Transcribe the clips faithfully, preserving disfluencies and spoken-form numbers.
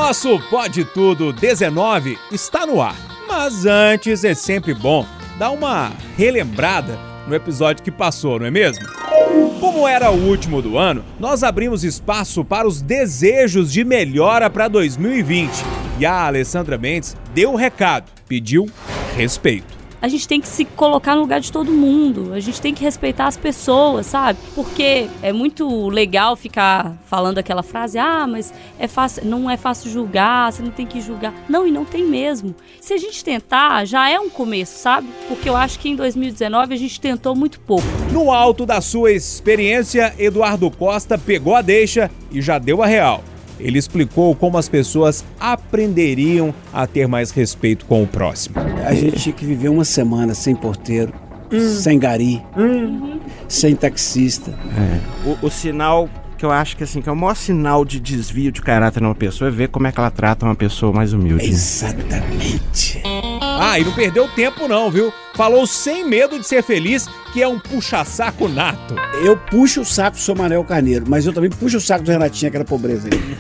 nosso Pode Tudo dezenove está no ar. Mas antes é sempre bom dar uma relembrada no episódio que passou, não é mesmo? Como era o último do ano, nós abrimos espaço para os desejos de melhora para dois mil e vinte. E a Alessandra Mendes deu o recado, pediu respeito. A gente tem que se colocar no lugar de todo mundo, a gente tem que respeitar as pessoas, sabe? Porque é muito legal ficar falando aquela frase, ah, mas é fácil, não é fácil julgar, você não tem que julgar. Não, e não tem mesmo. Se a gente tentar, já é um começo, sabe? Porque eu acho que em dois mil e dezenove a gente tentou muito pouco. No alto da sua experiência, Eduardo Costa pegou a deixa e já deu a real. Ele explicou como as pessoas aprenderiam a ter mais respeito com o próximo. A gente tinha que viver uma semana sem porteiro, hum. sem gari, hum. sem taxista. É. O, o sinal que eu acho que, assim, que é o maior sinal de desvio de caráter numa pessoa é ver como é que ela trata uma pessoa mais humilde. Exatamente. Ah, e não perdeu tempo não, viu? Falou sem medo de ser feliz, que é um puxa-saco nato. Eu puxo o saco do seu Manel Carneiro, mas eu também puxo o saco do Renatinho, aquela pobreza aí.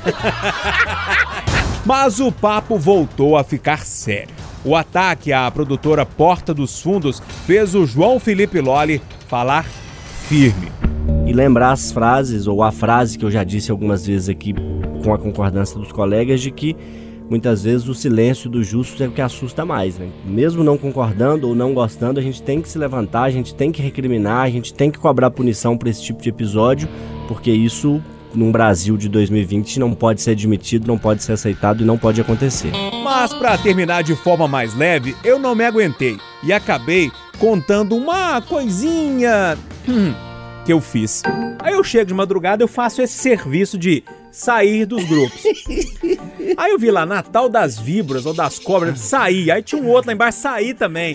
Mas o papo voltou a ficar sério. O ataque à produtora Porta dos Fundos fez o João Felipe Lolli falar firme. E lembrar as frases, ou a frase que eu já disse algumas vezes aqui com a concordância dos colegas, de que muitas vezes o silêncio do justo é o que assusta mais, né? Mesmo não concordando ou não gostando, a gente tem que se levantar, a gente tem que recriminar, a gente tem que cobrar punição para esse tipo de episódio, porque isso, num Brasil de dois mil e vinte, não pode ser admitido, não pode ser aceitado e não pode acontecer. Mas para terminar de forma mais leve, eu não me aguentei e acabei contando uma coisinha hum, que eu fiz. Aí eu chego de madrugada, eu faço esse serviço de sair dos grupos. Aí eu vi lá, Natal das Víboras ou das Cobras, sair. Aí tinha um outro lá embaixo, sair também.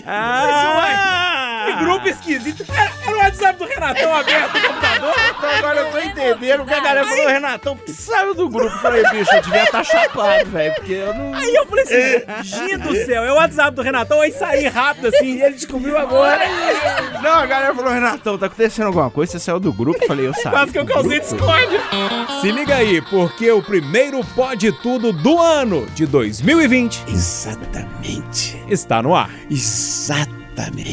Ah! Que grupo esquisito. Era, era o WhatsApp do Renatão aberto no computador. Então agora eu tô entendendo o que a galera falou, Renatão, porque saiu do grupo. Eu falei, bicho, eu devia estar chapado, velho, porque eu não... Aí eu falei assim, gente do céu, é o WhatsApp do Renatão, aí saí rápido assim, e ele descobriu agora. Não, a galera falou, Renatão, tá acontecendo alguma coisa? Você saiu do grupo? Eu falei, eu saí. Quase que eu causei discórdia. Se liga aí, porque o primeiro Pode Tudo do ano de dois mil e vinte... Exatamente. Está no ar. Exatamente.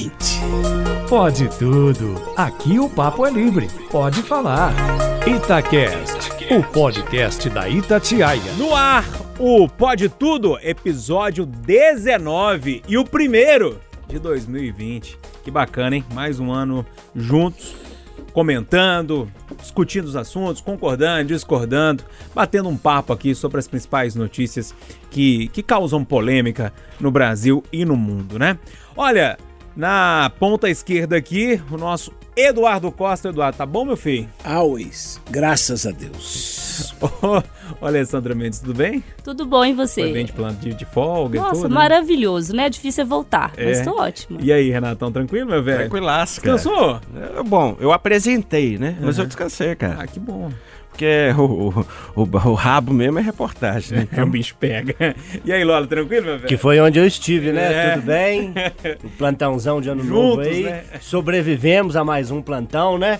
Pode Tudo. Aqui o papo é livre. Pode falar. Itacast, o podcast da Itatiaia. No ar, o Pode Tudo, episódio dezenove e o primeiro de dois mil e vinte. Que bacana, hein? Mais um ano juntos, comentando, discutindo os assuntos, concordando, discordando, batendo um papo aqui sobre as principais notícias que, que causam polêmica no Brasil e no mundo, né? Olha, na ponta esquerda aqui, o nosso Eduardo Costa. Eduardo, tá bom, meu filho? Always, graças a Deus. Ô, Alessandra Mendes, tudo bem? Tudo bom, e você? Foi bem de plano de, de folga Nossa, e tudo? Nossa, maravilhoso, né? Difícil é voltar, é. mas tô ótima. E aí, Renatão, tranquilo, meu velho? Tranquilaço, cara. Descansou? É, bom, eu apresentei, né? Mas uhum. eu descansei, cara. Ah, que bom. Porque o, o, o, o rabo mesmo é reportagem, né? É, o bicho pega. E aí, Lola, tranquilo, meu velho? Que foi onde eu estive, né? É. Tudo bem? O plantãozão de ano Juntos, novo aí. Né? Sobrevivemos a mais um plantão, né?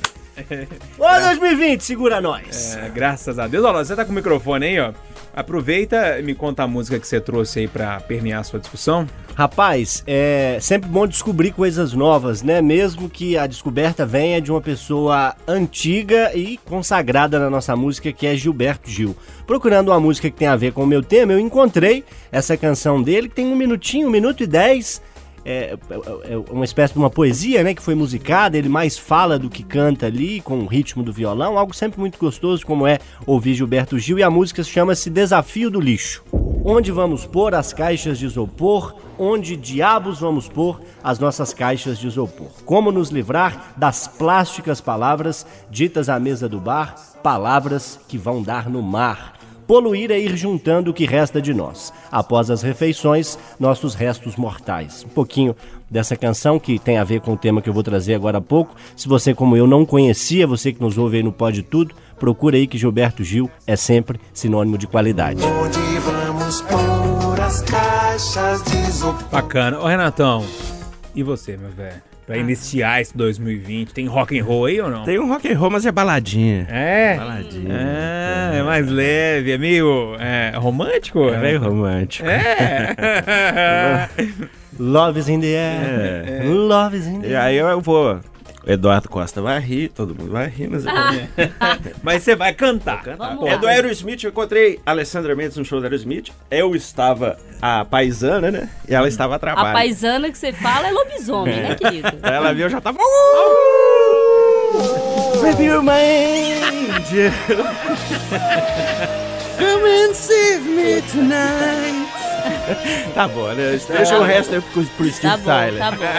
Ô, dois mil e vinte, segura nós. É, graças a Deus. Olha, você tá com o microfone aí, ó. Aproveita e me conta a música que você trouxe aí pra permear a sua discussão. Rapaz, é sempre bom descobrir coisas novas, né? Mesmo que a descoberta venha de uma pessoa antiga e consagrada na nossa música, que é Gilberto Gil. Procurando uma música que tem a ver com o meu tema, eu encontrei essa canção dele, que tem um minutinho, um minuto e dez. É, é uma espécie de uma poesia, né, que foi musicada. Ele mais fala do que canta ali, com o ritmo do violão, algo sempre muito gostoso, como é ouvir Gilberto Gil. E a música chama-se Desafio do Lixo. Onde vamos pôr as caixas de isopor? Onde diabos vamos pôr as nossas caixas de isopor? Como nos livrar das plásticas palavras ditas à mesa do bar, palavras que vão dar no mar? Poluir é ir juntando o que resta de nós. Após as refeições, nossos restos mortais. Um pouquinho dessa canção que tem a ver com o tema que eu vou trazer agora há pouco. Se você, como eu, não conhecia, você que nos ouve aí no Pode Tudo, procura aí que Gilberto Gil é sempre sinônimo de qualidade. Onde vamos pôr as caixas de isopor? Bacana. Ô, Renatão, e você, meu velho? Pra iniciar esse dois mil e vinte. Tem rock and roll aí ou não? Tem um rock and roll, mas é baladinha. É? Baladinha. Ah, é mais leve, é meio é, romântico? É meio romântico. É. Love is in the air. É. Love is in the E air. aí eu vou... O Eduardo Costa vai rir, todo mundo vai rir, mas eu vou... Mas você vai cantar. Vamos É lá. do Aerosmith, eu encontrei a Alessandra Mendes no show do Aerosmith. Eu estava a paisana, né? E ela estava a A trabalho. paisana que você fala é lobisomem, né, querido? Aí ela viu, eu já tava... Baby, you're my angel. Come and save me tonight. Tá bom, né? Deixa o resto aí pro, pro Steve Tá bom, Tyler. tá bom.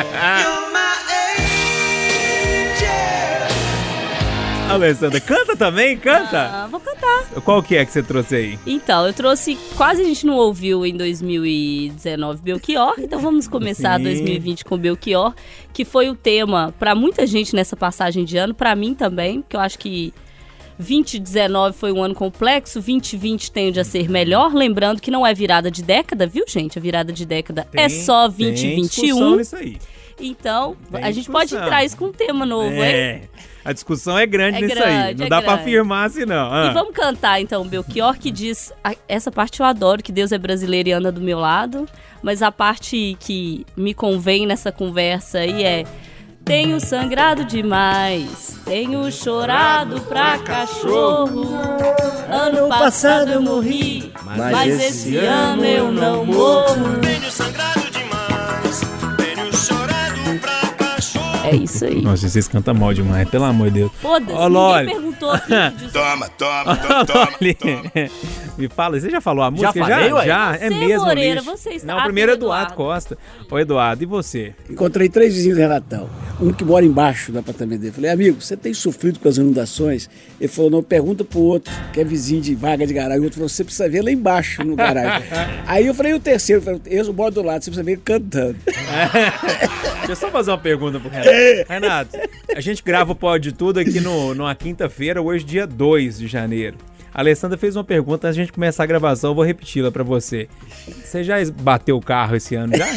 Alessandra, canta também? Canta? Ah, vou cantar. Qual que é que você trouxe aí? Então, eu trouxe... Quase a gente não ouviu em dois mil e dezenove Belchior, então vamos começar Sim. dois mil e vinte com Belchior, que foi o tema pra muita gente nessa passagem de ano, pra mim também, porque eu acho que vinte e dezenove foi um ano complexo, vinte e vinte tende a ser melhor, lembrando que não é virada de década, viu, gente? A virada de década é só vinte e vinte e um. Isso aí. Então, Tem a gente discussão. pode entrar isso com um tema novo, hein? É. A discussão é grande É nisso aí. grande, Não é dá pra grande. afirmar assim, não. Ah. E vamos cantar então Belchior, que diz, a- essa parte eu adoro, que Deus é brasileiro e anda do meu lado, mas a parte que me convém nessa conversa aí é: tenho sangrado demais, tenho chorado pra cachorro, ano passado eu morri, mas esse ano eu não morro. Tenho sangrado demais, tenho chorado pra cachorro. É isso aí. Nossa, vocês cantam mal demais, pelo amor de Deus. Foda-se, Ó, Loli. ninguém perguntou aqui. disso. Toma, toma, toma, toma, Loli, toma. me fala, você já falou a música? falei, ué? Já? É Você, mesmo, Moreira, bicho? você está- Não, Ah, primeiro é tem Eduardo Eduardo. Costa. Ô, Eduardo, e você? Encontrei três vizinhos do Renatão. Um que mora embaixo do apartamento dele. Falei, amigo, você tem sofrido com as inundações? Ele falou, não, pergunta pro outro, que é vizinho de vaga de garagem. O outro falou, você precisa ver lá embaixo no garagem. Aí eu falei, e o terceiro? Eu falei, eu moro do lado, você precisa ver ele cantando. Deixa eu só fazer uma pergunta pro Renato. Renato, a gente grava o Pode Tudo aqui no, numa quinta-feira, hoje dia dois de janeiro. A Alessandra fez uma pergunta antes de a gente começar a gravação, eu vou repeti-la pra você. Você já bateu o carro esse ano, já?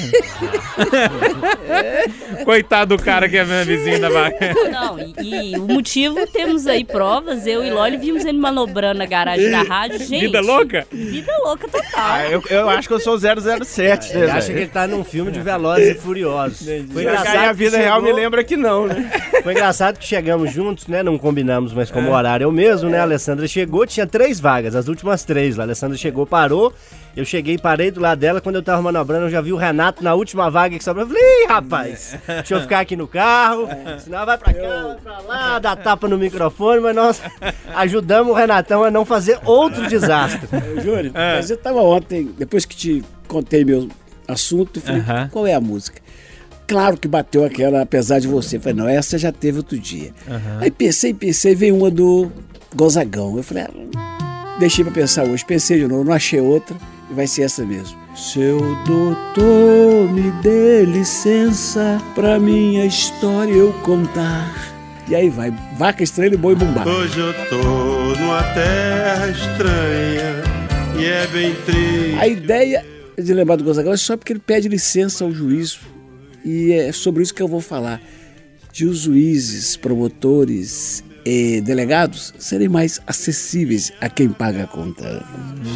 Coitado do cara que é meu vizinho da vaga. Não, e, e o motivo, temos aí provas, eu e Loli vimos ele manobrando na garagem da rádio, gente. Vida louca? Vida louca total. Ah, eu, eu acho que eu sou o zero zero sete, né, Ele acha que velho? ele tá num filme de Velozes e Furiosos. Foi Só que aí engraçado a que vida real me chegou- lembra que não, né? Foi engraçado que chegamos juntos, né? Não combinamos, mas como o horário é o mesmo, né? A Alessandra chegou, tinha três vagas, as últimas três lá. A Alessandra chegou, parou. Eu cheguei, parei do lado dela. Quando eu tava manobrando, eu já vi o Renato na última vaga que sobrou. Eu falei, ih, rapaz, deixa eu ficar aqui no carro. Senão vai pra cá, vai pra lá, dá tapa no microfone. Mas nós ajudamos o Renatão a não fazer outro desastre. Ô, Júnior, mas eu tava ontem, depois que te contei meu assunto, eu falei, Aham. qual é a música? Claro que bateu aquela, apesar de você. Eu falei, não, essa já teve outro dia. Aí pensei, pensei, veio uma do Gonzagão. Eu falei, ah, deixei pra pensar hoje. Pensei de novo, não achei outra e vai ser essa mesmo. Seu doutor, me dê licença pra minha história eu contar. E aí vai, Vaca Estranha e Boi Bumbá. Hoje eu tô numa terra estranha e é bem triste. A ideia de lembrar do Gonzagão é só porque ele pede licença ao juiz. E é sobre isso que eu vou falar. De os juízes, promotores e delegados serem mais acessíveis a quem paga a conta.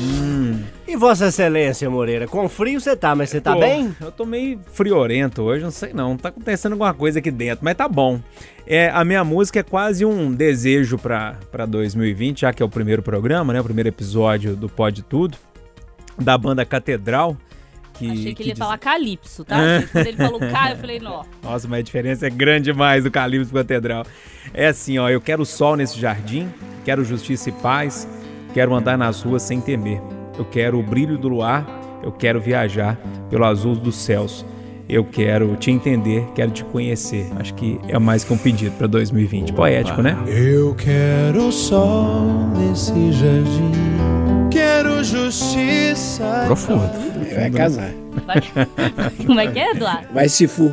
E Vossa Excelência, Moreira, com frio você tá, mas você tá Tô- bem? Eu tô meio friorento hoje, não sei não. Tá acontecendo alguma coisa aqui dentro, mas tá bom. É, a minha música é quase um desejo pra, pra dois mil e vinte, já que é o primeiro programa, né? O primeiro episódio do Pode Tudo, da banda Catedral. Que, Achei que ele ia diz- falar Calypso, tá, gente? Quando ele falou K, eu falei, não. Nossa, mas a diferença é grande demais do Calypso pro Catedral. É assim, ó, eu quero sol nesse jardim, quero justiça e paz, quero andar nas ruas sem temer. Eu quero o brilho do luar, eu quero viajar pelo azul dos céus. Eu quero te entender, quero te conhecer. Acho que é mais que um pedido para dois mil e vinte. Poético, né? Eu quero sol nesse jardim, quero justiça. Profundo. Vai casar. Vai- Como é que é, Eduardo? Vai se fu.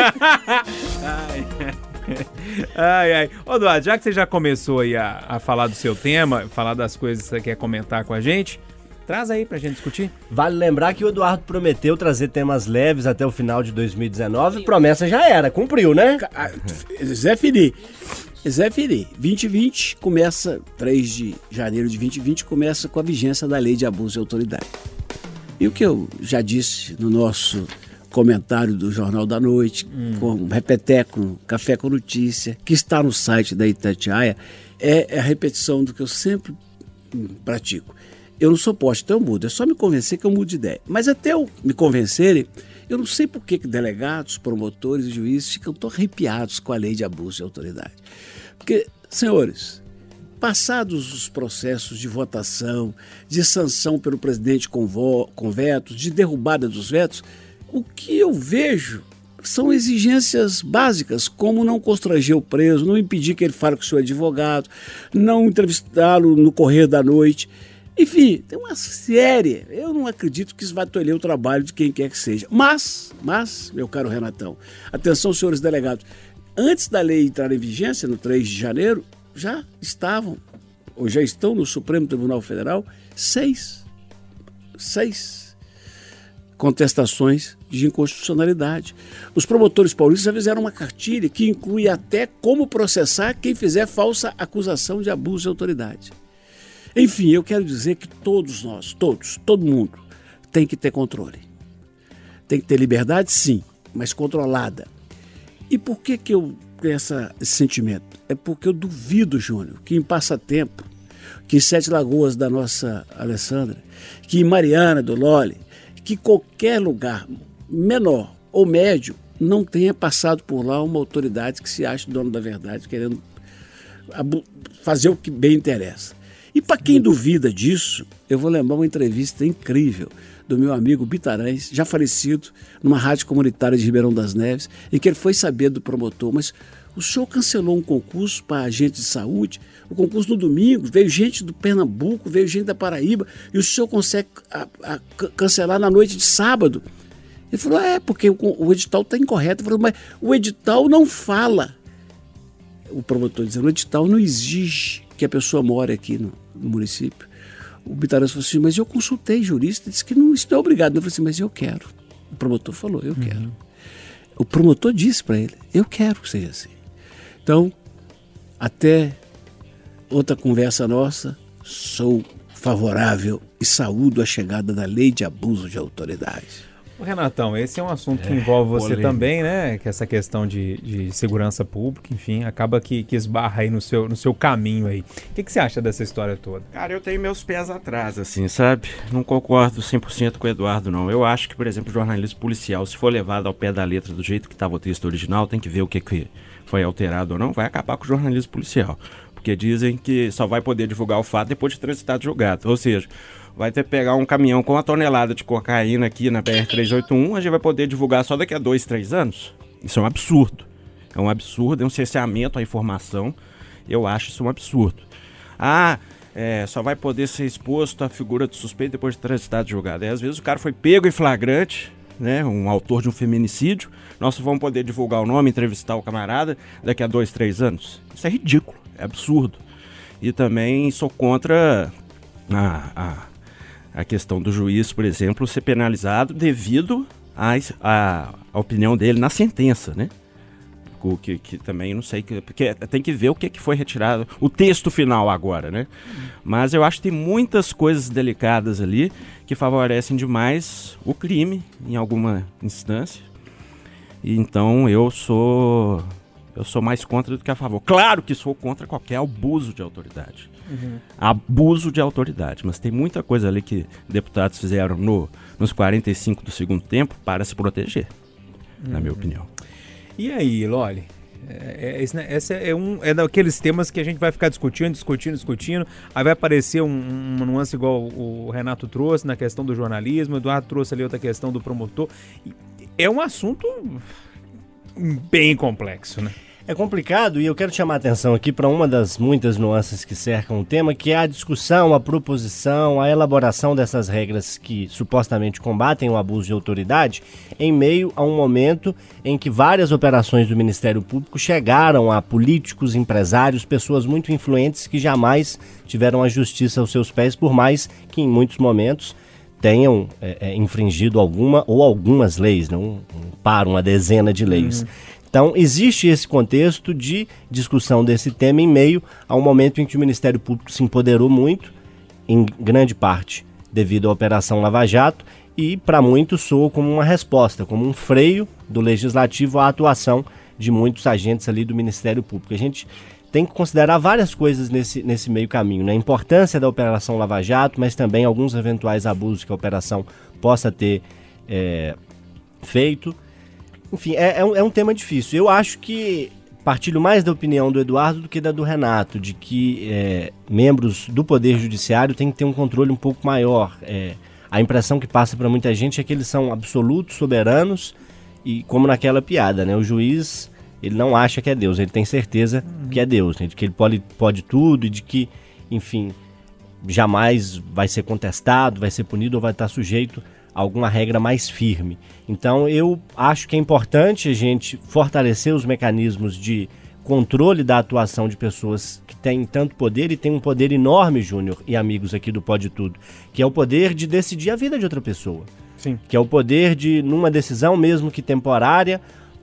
Ai, ai. Ô, Eduardo, já que você já começou aí a, a falar do seu tema, falar das coisas que você quer comentar com a gente, Traz aí pra gente discutir. Vale lembrar que o Eduardo prometeu trazer temas leves até o final de dois mil e dezenove. Promessa já era, cumpriu, né? Zé Fini. Zé Fini. vinte e vinte começa, três de janeiro de vinte e vinte, começa com a vigência da Lei de Abuso de Autoridade. E o que eu já disse no nosso comentário do Jornal da Noite, hum. com Repeteco, Café com Notícia, que está no site da Itatiaia, é a repetição do que eu sempre pratico. Eu não sou poste, então eu mudo. É só me convencer que eu mudo de ideia. Mas até eu me convencerem, eu não sei por que que delegados, promotores e juízes ficam tão arrepiados com a Lei de Abuso de Autoridade. Porque, senhores, passados os processos de votação, de sanção pelo presidente com, vo- com vetos, de derrubada dos vetos, o que eu vejo são exigências básicas, como não constranger o preso, não impedir que ele fale com o seu advogado, não entrevistá-lo no correr da noite. Enfim, tem uma série. Eu não acredito que isso vai tolher o trabalho de quem quer que seja. Mas, mas, meu caro Renatão, atenção, senhores delegados, antes da lei entrar em vigência, no três de janeiro, já estavam, ou já estão no Supremo Tribunal Federal, seis, seis contestações de inconstitucionalidade. Os promotores paulistas já fizeram uma cartilha que inclui até como processar quem fizer falsa acusação de abuso de autoridade. Enfim, eu quero dizer que todos nós, todos, todo mundo, tem que ter controle. Tem que ter liberdade, sim, mas controlada. E por que que eu tenho essa, esse sentimento? É porque eu duvido, Júnior, que em Passatempo, que em Sete Lagoas da nossa Alessandra, que em Mariana do Loli, que qualquer lugar menor ou médio não tenha passado por lá uma autoridade que se acha dono da verdade, querendo fazer o que bem interessa. E para quem duvida disso, eu vou lembrar uma entrevista incrível do meu amigo Bitarães, já falecido, numa rádio comunitária de Ribeirão das Neves, em que ele foi saber do promotor, mas o senhor cancelou um concurso para agente de saúde, o concurso no domingo, veio gente do Pernambuco, veio gente da Paraíba, e o senhor consegue a, a, cancelar na noite de sábado? Ele falou, é, porque o, o edital está incorreto. Ele falou, mas o edital não fala. O promotor dizendo, o edital não exige que a pessoa more aqui no, no município. O Bitarães falou assim, mas eu consultei jurista, disse que não, isso não é obrigado. Eu falei assim, mas eu quero. O promotor falou, eu uhum. quero. O promotor disse para ele, eu quero que seja assim. Então, até outra conversa nossa, sou favorável e saúdo a chegada da Lei de Abuso de Autoridade. Renatão, esse é um assunto é, que envolve você polêmico. também, né? Que essa questão de, de segurança pública, enfim, acaba que, que esbarra aí no seu, no seu caminho aí. O que, que você acha dessa história toda? Cara, eu tenho meus pés atrás, assim, sabe? Não concordo cem por cento com o Eduardo, não. Eu acho que, por exemplo, o jornalismo policial, se for levado ao pé da letra do jeito que estava o texto original, tem que ver o que, que foi alterado ou não, vai acabar com o jornalismo policial. Porque dizem que só vai poder divulgar o fato depois de transitado julgado. Ou seja, vai ter que pegar um caminhão com uma tonelada de cocaína aqui na P R trezentos e oitenta e um, a gente vai poder divulgar só daqui a dois, três anos? Isso é um absurdo. É um absurdo, é um cerceamento à informação. Eu acho isso um absurdo. Ah, é, só vai poder ser exposto a figura do suspeito depois de transitado julgado. E às vezes o cara foi pego em flagrante, né, um autor de um feminicídio, nós só vamos poder divulgar o nome, entrevistar o camarada daqui a dois, três anos. Isso é ridículo, é absurdo. E também sou contra a... a a questão do juiz, por exemplo, ser penalizado devido à, à, à opinião dele na sentença, né? O que, que também não sei, que, porque tem que ver o que, que foi retirado, o texto final agora, né? Mas eu acho que tem muitas coisas delicadas ali que favorecem demais o crime em alguma instância. E então eu sou, eu sou mais contra do que a favor. Claro que sou contra qualquer abuso de autoridade. Uhum. Abuso de autoridade, mas tem muita coisa ali que deputados fizeram no, nos quarenta e cinco do segundo tempo para se proteger, uhum. na minha opinião. E aí, Loli? É, é, esse, né, esse é um é daqueles temas que a gente vai ficar discutindo, discutindo, discutindo, aí vai aparecer um, uma nuance igual o Renato trouxe na questão do jornalismo, o Eduardo trouxe ali outra questão do promotor. É um assunto bem complexo, né? É complicado e eu quero chamar a atenção aqui para uma das muitas nuances que cercam o tema, que é a discussão, a proposição, a elaboração dessas regras que supostamente combatem o abuso de autoridade em meio a um momento em que várias operações do Ministério Público chegaram a políticos, empresários, pessoas muito influentes que jamais tiveram a justiça aos seus pés, por mais que em muitos momentos tenham é, é, infringido alguma ou algumas leis, não um, para uma dezena de leis. Uhum. Então, existe esse contexto de discussão desse tema em meio a um momento em que o Ministério Público se empoderou muito, em grande parte devido à Operação Lava Jato, e para muitos soou como uma resposta, como um freio do Legislativo à atuação de muitos agentes ali do Ministério Público. A gente tem que considerar várias coisas nesse, nesse meio caminho, né? A importância da Operação Lava Jato, mas também alguns eventuais abusos que a operação possa ter é, feito. Enfim, é, é, um, é um tema difícil. Eu acho que partilho mais da opinião do Eduardo do que da do Renato, de que é, membros do Poder Judiciário têm que ter um controle um pouco maior. É, a impressão que passa para muita gente é que eles são absolutos, soberanos, e como naquela piada, né? O juiz, ele não acha que é Deus, ele tem certeza uhum. que é Deus, né? De que ele pode, pode tudo e de que, enfim, jamais vai ser contestado, vai ser punido ou vai estar sujeito alguma regra mais firme. Então eu acho que é importante a gente fortalecer os mecanismos de controle da atuação de pessoas que têm tanto poder e têm um poder enorme, Júnior e amigos aqui do Pode Tudo, que é o poder de decidir a vida de outra pessoa. Sim. Que é o poder de, numa decisão mesmo que temporária,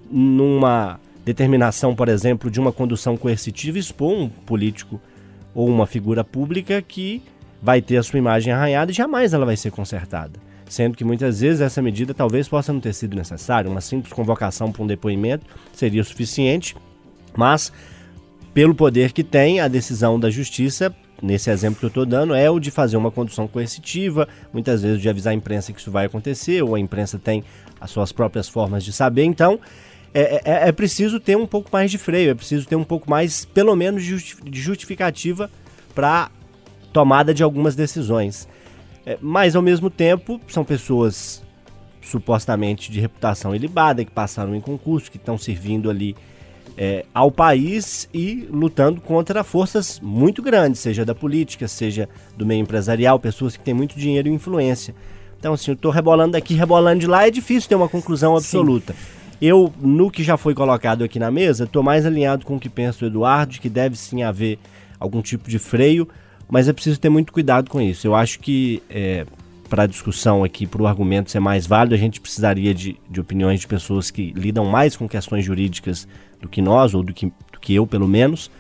numa determinação, por exemplo, de uma condução coercitiva, expor um político ou uma figura pública que vai ter a sua imagem arranhada e jamais ela vai ser consertada. Sendo que muitas vezes essa medida talvez possa não ter sido necessária, uma simples convocação para um depoimento seria o suficiente, mas pelo poder que tem, a decisão da justiça, nesse exemplo que eu estou dando, é o de fazer uma condução coercitiva, muitas vezes de avisar a imprensa que isso vai acontecer, ou a imprensa tem as suas próprias formas de saber. Então é, é, é preciso ter um pouco mais de freio, é preciso ter um pouco mais, pelo menos, de justificativa para tomada de algumas decisões. É, mas, ao mesmo tempo, são pessoas supostamente de reputação ilibada, que passaram em concurso, que estão servindo ali é, ao país e lutando contra forças muito grandes, seja da política, seja do meio empresarial, pessoas que têm muito dinheiro e influência. Então, assim, eu estou rebolando daqui, rebolando de lá, é difícil ter uma conclusão absoluta. Sim. Eu, no que já foi colocado aqui na mesa, estou mais alinhado com o que pensa o Eduardo, de que deve sim haver algum tipo de freio, mas é preciso ter muito cuidado com isso. Eu acho que, é, para a discussão aqui, para o argumento ser mais válido, a gente precisaria de, de opiniões de pessoas que lidam mais com questões jurídicas do que nós, ou do que, do que eu, pelo menos.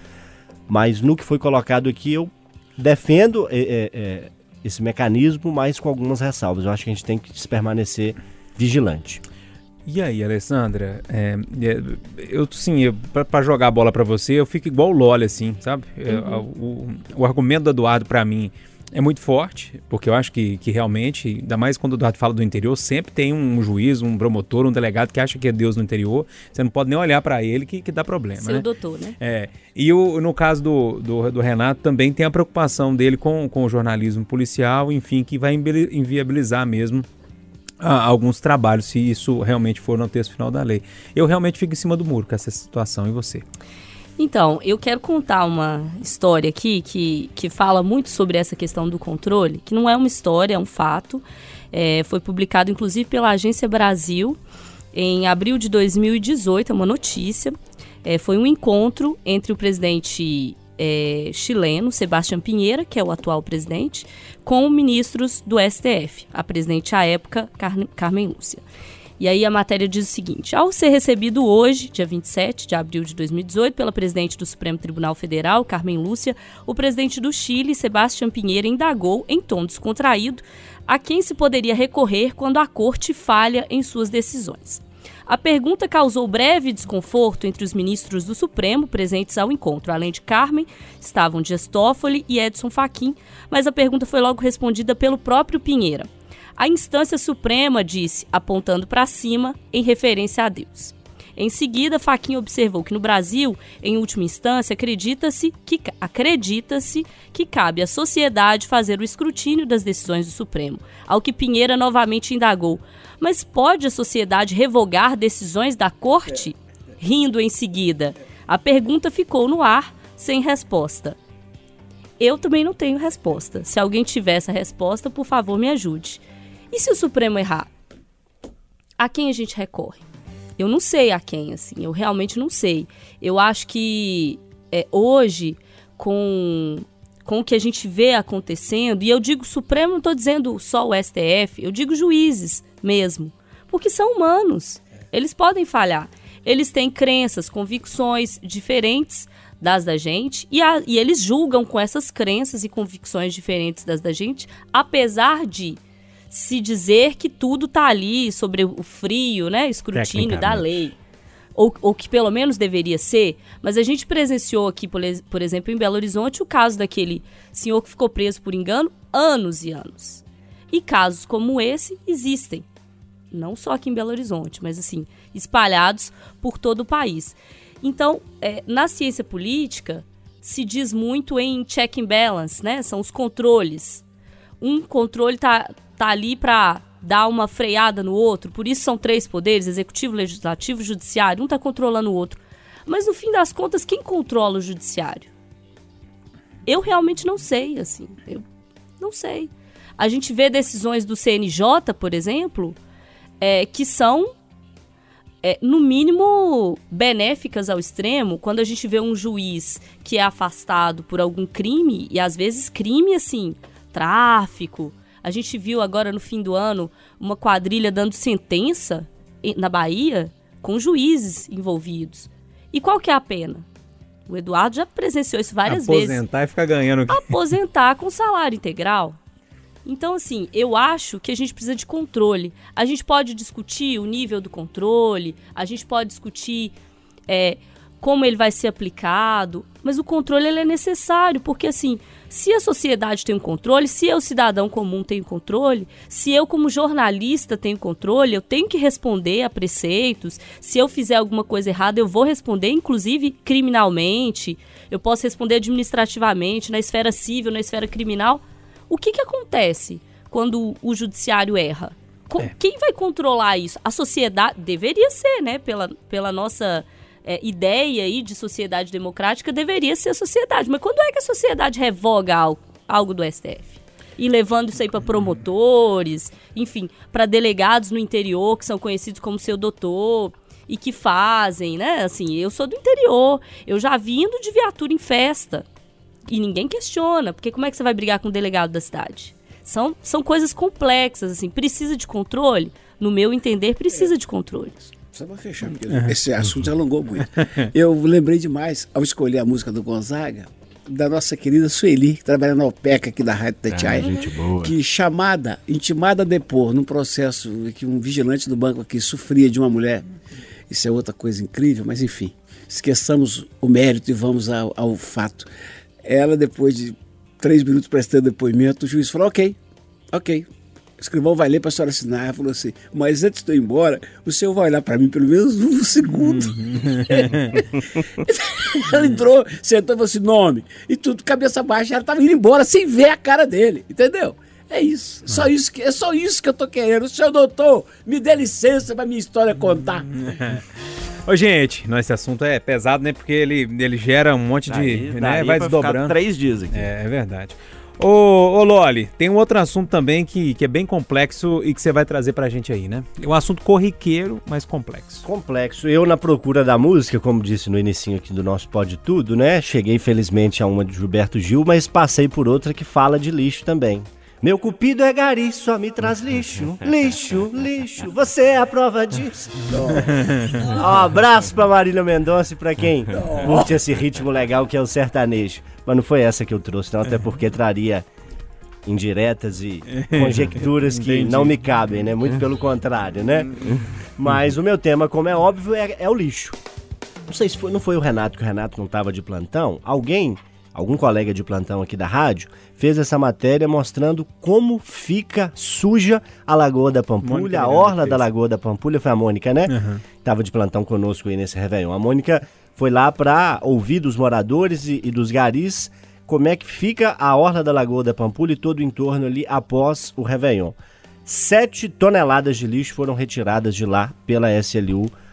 Mas no que foi colocado aqui, eu defendo é, é, esse mecanismo, mas com algumas ressalvas. Eu acho que a gente tem que permanecer vigilante. E aí, Alessandra, é, eu sim, para jogar a bola para você, eu fico igual o Loli, assim, sabe? Uhum. É, o, o argumento do Eduardo, para mim, é muito forte, porque eu acho que, que realmente, ainda mais quando o Eduardo fala do interior, sempre tem um juiz, um promotor, um delegado que acha que é Deus no interior, você não pode nem olhar para ele que, que dá problema, Seu né? doutor, né? É, e o, no caso do, do, do Renato, também tem a preocupação dele com, com o jornalismo policial, enfim, que vai inviabilizar mesmo Ah, alguns trabalhos, se isso realmente for no texto final da lei. Eu realmente fico em cima do muro com essa situação, e você? Então, eu quero contar uma história aqui que, que fala muito sobre essa questão do controle, que não é uma história, é um fato. É, foi publicado, inclusive, pela Agência Brasil, em abril de dois mil e dezoito, é uma notícia. É, foi um encontro entre o presidente É, chileno, Sebastián Pinheira, que é o atual presidente, com ministros do S T F, a presidente à época, Car- Carmen Lúcia. E aí a matéria diz o seguinte: ao ser recebido hoje, dia vinte e sete de abril de dois mil e dezoito, pela presidente do Supremo Tribunal Federal, Carmen Lúcia, o presidente do Chile, Sebastián Pinheira, indagou, em tom descontraído, a quem se poderia recorrer quando a corte falha em suas decisões. A pergunta causou breve desconforto entre os ministros do Supremo presentes ao encontro. Além de Carmen, estavam Dias Toffoli e Edson Fachin, mas a pergunta foi logo respondida pelo próprio Pinheira. A instância suprema disse, apontando para cima, em referência a Deus. Em seguida, Fachin observou que no Brasil, em última instância, acredita-se que, acredita-se que cabe à sociedade fazer o escrutínio das decisões do Supremo, ao que Pinheira novamente indagou. Mas pode a sociedade revogar decisões da corte? Rindo em seguida. A pergunta ficou no ar, sem resposta. Eu também não tenho resposta. Se alguém tiver essa resposta, por favor, me ajude. E se o Supremo errar? A quem a gente recorre? Eu não sei a quem, assim, eu realmente não sei. Eu acho que é, hoje, com, com o que a gente vê acontecendo, e eu digo Supremo, não estou dizendo só o S T F, eu digo juízes mesmo, porque são humanos, eles podem falhar. Eles têm crenças, convicções diferentes das da gente, e, a, e eles julgam com essas crenças e convicções diferentes das da gente, apesar de se dizer que tudo está ali sobre o frio, né, escrutínio da lei, ou, ou que pelo menos deveria ser, mas a gente presenciou aqui, por, por exemplo, em Belo Horizonte, o caso daquele senhor que ficou preso por engano anos e anos. E casos como esse existem, não só aqui em Belo Horizonte, mas assim, espalhados por todo o país. Então, é, na ciência política, se diz muito em check and balance, né, são os controles. Um controle está tá ali para dar uma freada no outro, por isso são três poderes, executivo, legislativo, judiciário, um está controlando o outro. Mas no fim das contas, quem controla o judiciário? Eu realmente não sei, assim, eu não sei. A gente vê decisões do C N J, por exemplo, é, que são, é, no mínimo, benéficas ao extremo, quando a gente vê um juiz que é afastado por algum crime, e às vezes crime, assim, tráfico. A gente viu agora no fim do ano uma quadrilha dando sentença na Bahia com juízes envolvidos. E qual que é a pena? O Eduardo já presenciou isso várias Aposentar vezes. Aposentar e ficar ganhando aqui. Aposentar com salário integral. Então, assim, eu acho que a gente precisa de controle. A gente pode discutir o nível do controle, a gente pode discutir é, como ele vai ser aplicado, mas o controle ele é necessário, porque assim, se a sociedade tem um controle, se eu, cidadão comum, tenho controle, se eu, como jornalista, tenho controle, eu tenho que responder a preceitos. Se eu fizer alguma coisa errada, eu vou responder, inclusive criminalmente, eu posso responder administrativamente, na esfera civil, na esfera criminal. O que que acontece quando o judiciário erra? Co- é. Quem vai controlar isso? A sociedade deveria ser, né? Pela, pela nossa é, ideia aí de sociedade democrática, deveria ser a sociedade. Mas quando é que a sociedade revoga algo, algo do S T F? E levando isso aí para promotores, enfim, para delegados no interior, que são conhecidos como seu doutor, e que fazem, né? Assim, eu sou do interior, eu já vi indo de viatura em festa. E ninguém questiona, porque como é que você vai brigar com o delegado da cidade? São, são coisas complexas, assim, precisa de controle? No meu entender, precisa de controle. Só para fechar, porque esse assunto já alongou muito. Eu lembrei demais, ao escolher a música do Gonzaga, da nossa querida Sueli, que trabalha na OPEC aqui da Rádio Itatiaia, ah, gente boa. Que chamada, intimada a depor num processo que um vigilante do banco aqui sofria de uma mulher. Isso é outra coisa incrível, mas enfim, esqueçamos o mérito e vamos ao, ao fato. Ela, depois de três minutos prestando depoimento, o juiz falou, ok, ok, o escrivão vai ler para a senhora assinar. Ela falou assim, mas antes de eu ir embora, o senhor vai olhar para mim pelo menos um segundo. Ela entrou, sentou e falou assim, nome, e tudo, cabeça baixa, ela estava indo embora sem ver a cara dele, entendeu? É isso, só isso que, é só isso que eu tô querendo. O senhor doutor, me dê licença para minha história contar. Ô, gente, não, esse assunto é pesado, né? Porque ele, ele gera um monte de... Daí, né, daí vai pra desdobrando. ficar três dias aqui. É, é verdade. Ô, ô Loli, tem um outro assunto também que, que é bem complexo e que você vai trazer pra gente aí, né? É um assunto corriqueiro, mas complexo. Complexo. Eu, na procura da música, como disse no inicinho aqui do nosso Pode Tudo, né? Cheguei, felizmente, a uma de Gilberto Gil, mas passei por outra que fala de lixo também. Meu cupido é gari, só me traz lixo, lixo, lixo, você é a prova disso. Um abraço pra Marília Mendonça e pra quem curte esse ritmo legal que é o sertanejo. Mas não foi essa que eu trouxe, não, até porque traria indiretas e conjecturas que Entendi. não me cabem, né? Muito pelo contrário, né? Mas o meu tema, como é óbvio, é, é o lixo. Não sei se foi, não foi o Renato, que o Renato não estava de plantão. Alguém, algum colega de plantão aqui da rádio, fez essa matéria mostrando como fica suja a Lagoa da Pampulha, Mônica a orla da Lagoa da Pampulha. Foi a Mônica, né? Uhum. Tava de plantão conosco aí nesse Réveillon. A Mônica foi lá para ouvir dos moradores e, e dos garis como é que fica a orla da Lagoa da Pampulha e todo o entorno ali após o Réveillon. Sete toneladas de lixo foram retiradas de lá pela S L U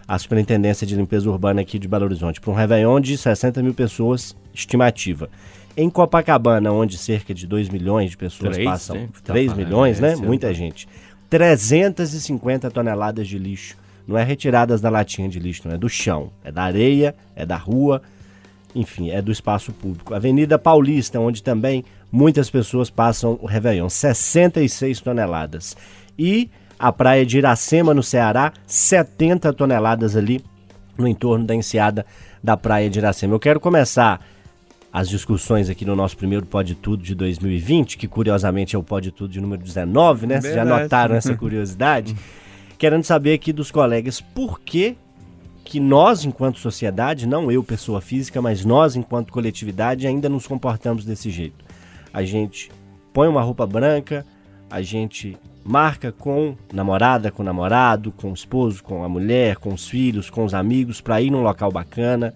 a Superintendência de Limpeza Urbana aqui de Belo Horizonte, para um Réveillon de sessenta mil pessoas, estimativa. Em Copacabana, onde cerca de dois milhões de pessoas três, passam, né? três Tá milhões, falando, né? é, Muita sim. gente. trezentas e cinquenta toneladas de lixo. Não é retiradas da latinha de lixo, não é do chão. É da areia, é da rua, enfim, é do espaço público. Avenida Paulista, onde também muitas pessoas passam o Réveillon, sessenta e seis toneladas. E a praia de Iracema, no Ceará, setenta toneladas ali no entorno da enseada da praia de Iracema. Eu quero começar as discussões aqui no nosso primeiro Pode Tudo de dois mil e vinte, que curiosamente é o Pode Tudo de número dezenove, né? Vocês já notaram essa curiosidade? Querendo saber aqui dos colegas por que que nós, enquanto sociedade, não eu, pessoa física, mas nós, enquanto coletividade, ainda nos comportamos desse jeito. A gente põe uma roupa branca, a gente marca com namorada, com namorado, com o esposo, com a mulher, com os filhos, com os amigos, para ir num local bacana.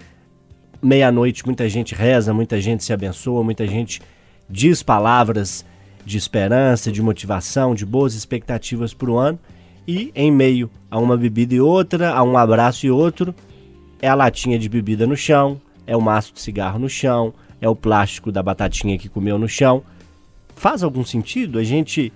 Meia-noite muita gente reza, muita gente se abençoa, muita gente diz palavras de esperança, de motivação, de boas expectativas para o ano. E em meio a uma bebida e outra, a um abraço e outro, é a latinha de bebida no chão, é o maço de cigarro no chão, é o plástico da batatinha que comeu no chão. Faz algum sentido? A gente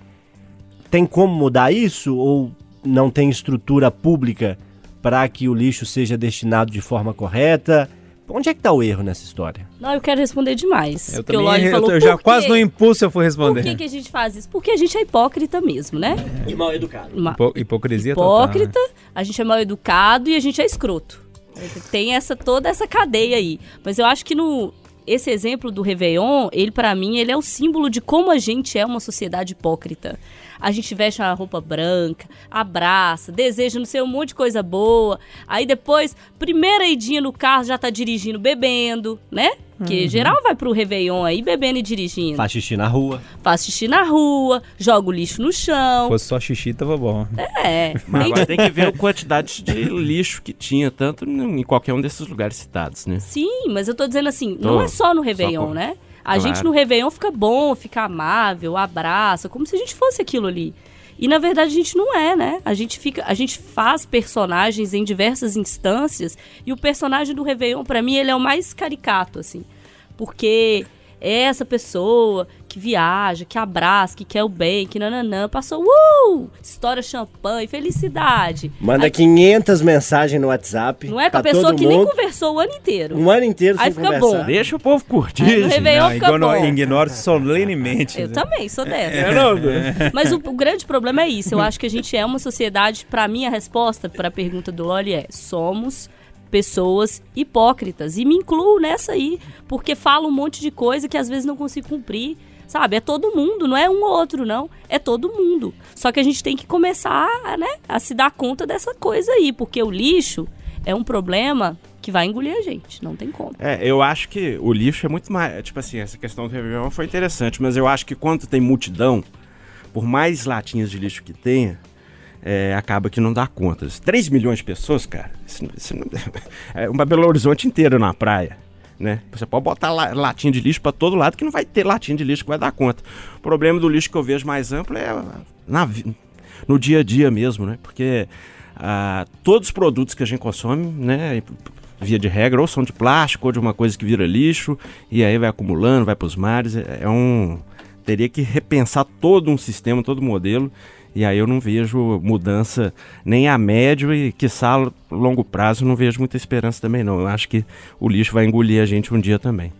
tem como mudar isso ou não tem estrutura pública para que o lixo seja destinado de forma correta? Onde é que está o erro nessa história? Não, eu quero responder demais. Eu porque o também, Loli eu, falou, eu já por quase quê? no impulso eu fui responder. Por que, que a gente faz isso? Porque a gente é hipócrita mesmo, né? E mal educado. Ma- Hipo- hipocrisia hipócrita, total, né? a gente é mal educado e a gente é escroto. Tem essa, toda essa cadeia aí. Mas eu acho que no, esse exemplo do Réveillon, ele pra mim, ele é o símbolo de como a gente é uma sociedade hipócrita. A gente veste uma roupa branca, abraça, deseja não sei um monte de coisa boa. Aí depois, primeira idinha no carro, já tá dirigindo, bebendo, né? Porque geral vai pro Réveillon aí bebendo e dirigindo. Faz xixi na rua. Faz xixi na rua, joga o lixo no chão. Se fosse só xixi, tava bom. É. Mas agora tem que ver a quantidade de lixo que tinha, tanto em qualquer um desses lugares citados, né? Sim, mas eu tô dizendo assim, Tô. não é só no Réveillon, Só com- né? A Claro. gente no Réveillon fica bom, fica amável, abraça, como se a gente fosse aquilo ali. E na verdade a gente não é, né? A gente fica, a gente faz personagens em diversas instâncias e o personagem do Réveillon, pra mim, ele é o mais caricato, assim. Porque é essa pessoa que viaja, que abraça, que quer o bem, que nananã, passou, uh! Estoura champanhe, felicidade. Manda Aí, quinhentas mensagens no WhatsApp. não é pra pra pessoa todo que nem mundo, conversou o ano inteiro. um ano inteiro Aí sem fica conversar. bom. Deixa o povo curtir. Aí no gente. Réveillon Não, fica ignoro, bom. ignoro solenemente. Eu também sou dessa. É, não, Mas o, o grande problema é isso. Eu acho que a gente é uma sociedade. Pra mim, a resposta para a pergunta do Loli é: somos pessoas hipócritas. E me incluo nessa aí, porque falo um monte de coisa que às vezes não consigo cumprir. Sabe? É todo mundo, não é um ou outro, não. É todo mundo. Só que a gente tem que começar, né, a se dar conta dessa coisa aí, porque o lixo é um problema que vai engolir a gente. Não tem como. É, eu acho que o lixo é muito mais... Tipo assim, essa questão do Réveillon foi interessante, mas eu acho que quando tem multidão, por mais latinhas de lixo que tenha, é, acaba que não dá conta. três milhões de pessoas, cara, isso, isso não, é uma Belo Horizonte inteira na praia, né? Você pode botar la, latinha de lixo para todo lado que não vai ter latinha de lixo que vai dar conta. O problema do lixo que eu vejo mais amplo é na, no dia a dia mesmo, né? Porque ah, todos os produtos que a gente consome, né, via de regra, ou são de plástico ou de uma coisa que vira lixo e aí vai acumulando, vai para os mares. É, é um... Teria que repensar todo um sistema, todo um modelo. E aí eu não vejo mudança nem a médio e, quiçá, a longo prazo, não vejo muita esperança também, não. Eu acho que o lixo vai engolir a gente um dia também.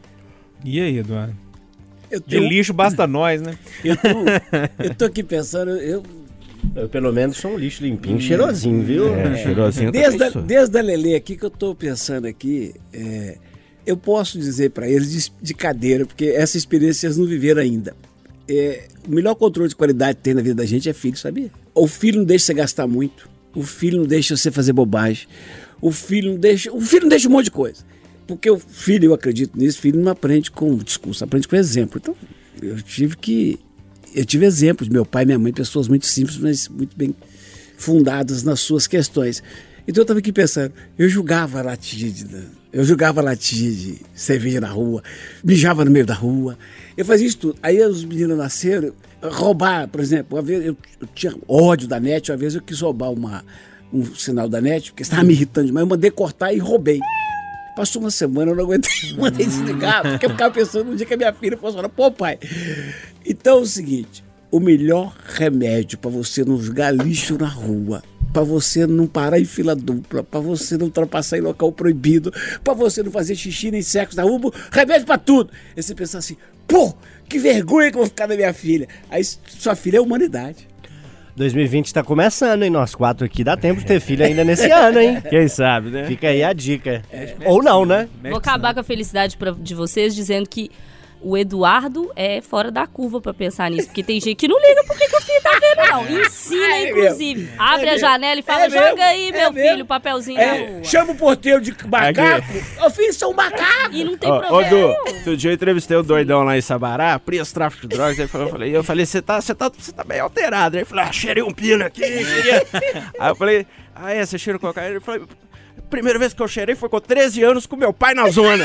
E aí, Eduardo? Eu, De eu, lixo basta nós, né? eu, tô, eu tô aqui pensando, eu, Eu, pelo menos, sou um lixo limpinho, cheirosinho, viu? É, cheirosinho eu desde, também a, sou. desde a Lelê aqui que eu tô pensando aqui, é, eu posso dizer para eles de, de cadeira, porque essa experiência eles não viveram ainda. É, o melhor controle de qualidade que tem na vida da gente é filho, sabia? O filho não deixa você gastar muito, o filho não deixa você fazer bobagem, o filho não deixa, o filho não deixa um monte de coisa. Porque o filho, eu acredito nisso, o filho não aprende com discurso, aprende com exemplo. Então, eu tive que, eu tive exemplos, meu pai e minha mãe, pessoas muito simples, mas muito bem fundadas nas suas questões. Então eu estava aqui pensando, eu julgava latinha de, eu julgava latinha de cerveja na rua, mijava no meio da rua, eu fazia isso tudo. Aí os meninos nasceram, roubar, por exemplo, uma vez eu, eu tinha ódio da net, uma vez eu quis roubar uma, um sinal da net, porque estava me irritando demais. Eu mandei cortar e roubei. Passou uma semana, eu não aguentei, mandei desligar, porque eu ficava pensando no dia que a minha filha fosse falar, pô, pai. Então é o seguinte, o melhor remédio para você não jogar lixo na rua, para você não parar em fila dupla, para você não ultrapassar em local proibido, para você não fazer xixi nem sexo na rua, remédio para tudo. Aí você pensa assim, pô, que vergonha que eu vou ficar da minha filha. Aí sua filha é humanidade. dois mil e vinte tá começando, hein? Nós quatro aqui dá tempo de ter filho ainda nesse ano, hein? Quem sabe, né? Fica aí a dica. É, ou não, né? Vou acabar com a felicidade pra, de vocês dizendo que o Eduardo é fora da curva pra pensar nisso. Porque tem gente que não liga porque que o filho tá vendo, não. Ensina, É inclusive. mesmo. Abre É a janela e fala, É mesmo. joga aí, É meu mesmo. filho, o papelzinho É, na rua. chama o porteiro de macaco. Ô filho, são macacos. E não tem Ô, ô, problema. Du, outro dia eu entrevistei o doidão lá em Sabará, preso tráfico de drogas, aí eu falei, eu falei, você tá, você tá, você tá meio alterado. Aí ele falou, ah, cheirei um pino aqui, queria... Aí eu falei, ah é, você cheira cocaína? Ele falou, primeira vez que eu cheirei foi com treze anos com meu pai na zona.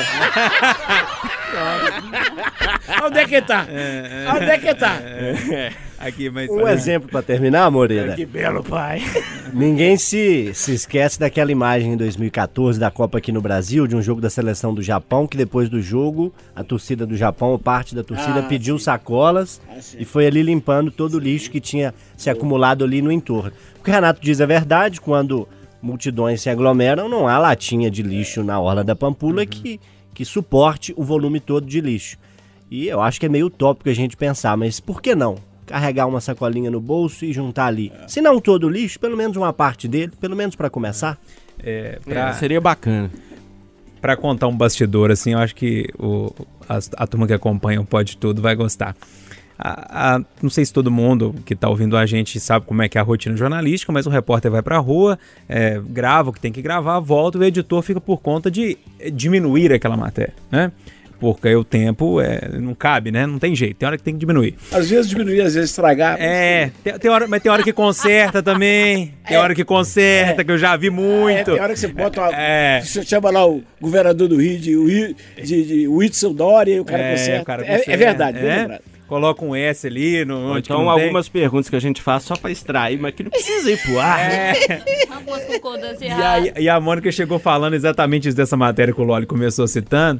Onde é que tá? Onde é que tá? Aqui, mas Um exemplo pra terminar, Moreira. Que belo pai. Ninguém se, se esquece daquela imagem em dois mil e quatorze da Copa aqui no Brasil, de um jogo da seleção do Japão, que depois do jogo, a torcida do Japão, ou parte da torcida, Ah, pediu sim. sacolas Ah, sim. e foi ali limpando todo o lixo que tinha se acumulado ali no entorno. O que o Renato diz é verdade, quando multidões se aglomeram, não há latinha de lixo na orla da Pampulha Uhum. que, que suporte o volume todo de lixo. E eu acho que é meio utópico a gente pensar, mas por que não? Carregar uma sacolinha no bolso e juntar ali. Se não todo o lixo, pelo menos uma parte dele, pelo menos para começar. é, É, pra, seria bacana. pra contar um bastidor, assim, eu acho que o, a, a turma que acompanha o Pode Tudo vai gostar. A, a, não sei se todo mundo que tá ouvindo a gente sabe como é que é a rotina jornalística, mas o repórter vai pra rua, é, grava o que tem que gravar, volta e o editor fica por conta de diminuir aquela matéria, né? Porque o tempo é, não cabe, né? Não tem jeito, tem hora que tem que diminuir. Às vezes diminuir, às vezes estragar. É, tem, tem hora, mas tem hora que conserta também, tem hora que conserta, que eu já vi É, muito. tem hora que você bota uma, É. você chama lá o governador do Rio de, Wi- de, de Whitson Dória e o cara É, conserta. o cara É- é, conserta, verdade, bem é. lembrado. Coloca um S ali, no, onde que Então, não tem. algumas perguntas que a gente faz só pra extrair, mas que não precisa ir pro ar. É. Algumas concordâncias E, erradas. aí, e a Mônica chegou falando exatamente isso dessa matéria que o Loli começou citando.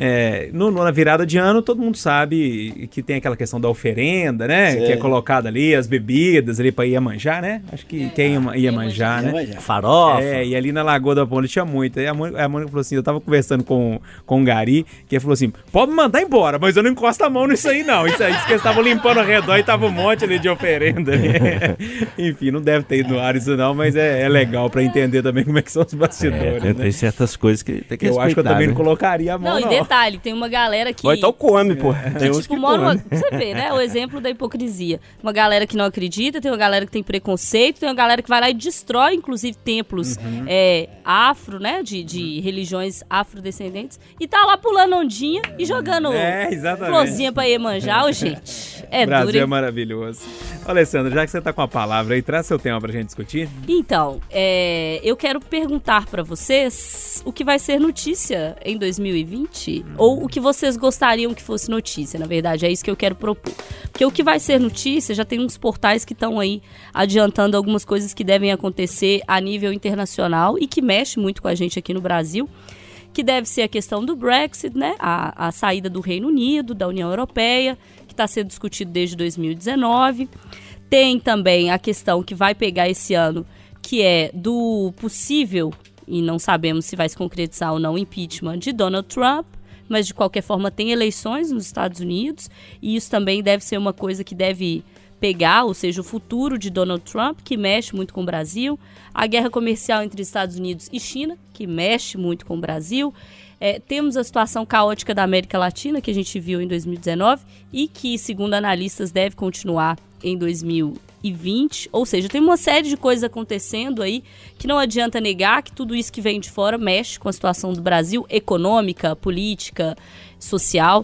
É, no, na virada de ano, todo mundo sabe que tem aquela questão da oferenda, né? Sim. Que é colocada ali, as bebidas ali pra Iemanjá, né? Acho que quem ia Iemanjá, né? Mas já. Farofa. É, e ali na Lagoa da Ponte tinha muito. Aí a Mônica, a Mônica falou assim, eu tava conversando com, com o Gari, que ele falou assim, pode me mandar embora, mas eu não encosto a mão nisso aí não. Isso aí, disse que eles estavam limpando ao redor e tava um monte ali de oferenda. ali. Enfim, não deve ter ido no ar isso não, mas é, é legal pra entender também como é que são os bastidores, É, né? tem certas coisas que tem que Eu acho que eu respeitar, também né? não colocaria a mão, Não, não. e detalhe, tem uma galera que... Ou então come, pô. Tem uns Tipo, que mora uma... come. Você vê, né? O exemplo da hipocrisia. Uma galera que não acredita, tem uma galera que tem preconceito, tem uma galera que vai lá e destrói, inclusive, templos Uhum. é, afro, né? De, de religiões afrodescendentes. E tá lá pulando ondinha e jogando É, exatamente. florzinha pra Iemanjá. Ô, gente, é O Brasil duro, é hein? maravilhoso. Ô, Alessandra, já que você tá com a palavra aí, traz seu tema pra gente discutir. Então, é, eu quero perguntar pra vocês o que vai ser notícia em dois mil e vinte, ou o que vocês gostariam que fosse notícia, na verdade, é isso que eu quero propor. Porque o que vai ser notícia, já tem uns portais que estão aí adiantando algumas coisas que devem acontecer a nível internacional e que mexe muito com a gente aqui no Brasil, que deve ser a questão do Brexit, né? A, a saída do Reino Unido, da União Europeia, que está sendo discutido desde dois mil e dezenove. Tem também a questão que vai pegar esse ano, que é do possível, e não sabemos se vai se concretizar ou não, impeachment de Donald Trump, mas de qualquer forma tem eleições nos Estados Unidos, e isso também deve ser uma coisa que deve pegar, ou seja, o futuro de Donald Trump, que mexe muito com o Brasil, a guerra comercial entre Estados Unidos e China, que mexe muito com o Brasil. É, temos a situação caótica da América Latina, que a gente viu em dois mil e dezenove e que, segundo analistas, deve continuar em dois mil e vinte. Ou seja, tem uma série de coisas acontecendo aí que não adianta negar que tudo isso que vem de fora mexe com a situação do Brasil, econômica, política, social.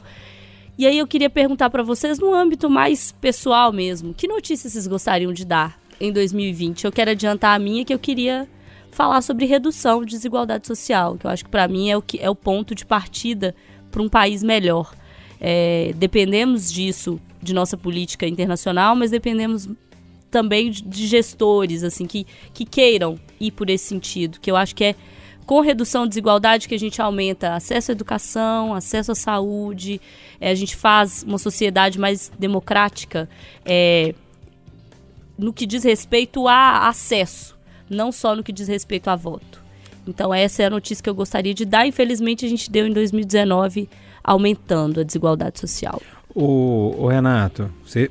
E aí eu queria perguntar para vocês, no âmbito mais pessoal mesmo, que notícias vocês gostariam de dar em dois mil e vinte? Eu quero adiantar a minha, que eu queria falar sobre redução de desigualdade social, que eu acho que para mim é o, que, é o ponto de partida para um país melhor. É, dependemos disso, de nossa política internacional, mas dependemos também de, de gestores, assim, que, que queiram ir por esse sentido, que eu acho que é com redução de desigualdade que a gente aumenta acesso à educação, acesso à saúde, é, a gente faz uma sociedade mais democrática, é, no que diz respeito a acesso, não só no que diz respeito a voto. Então essa é a notícia que eu gostaria de dar. Infelizmente a gente deu em dois mil e dezenove, aumentando a desigualdade social. O, o Renato, você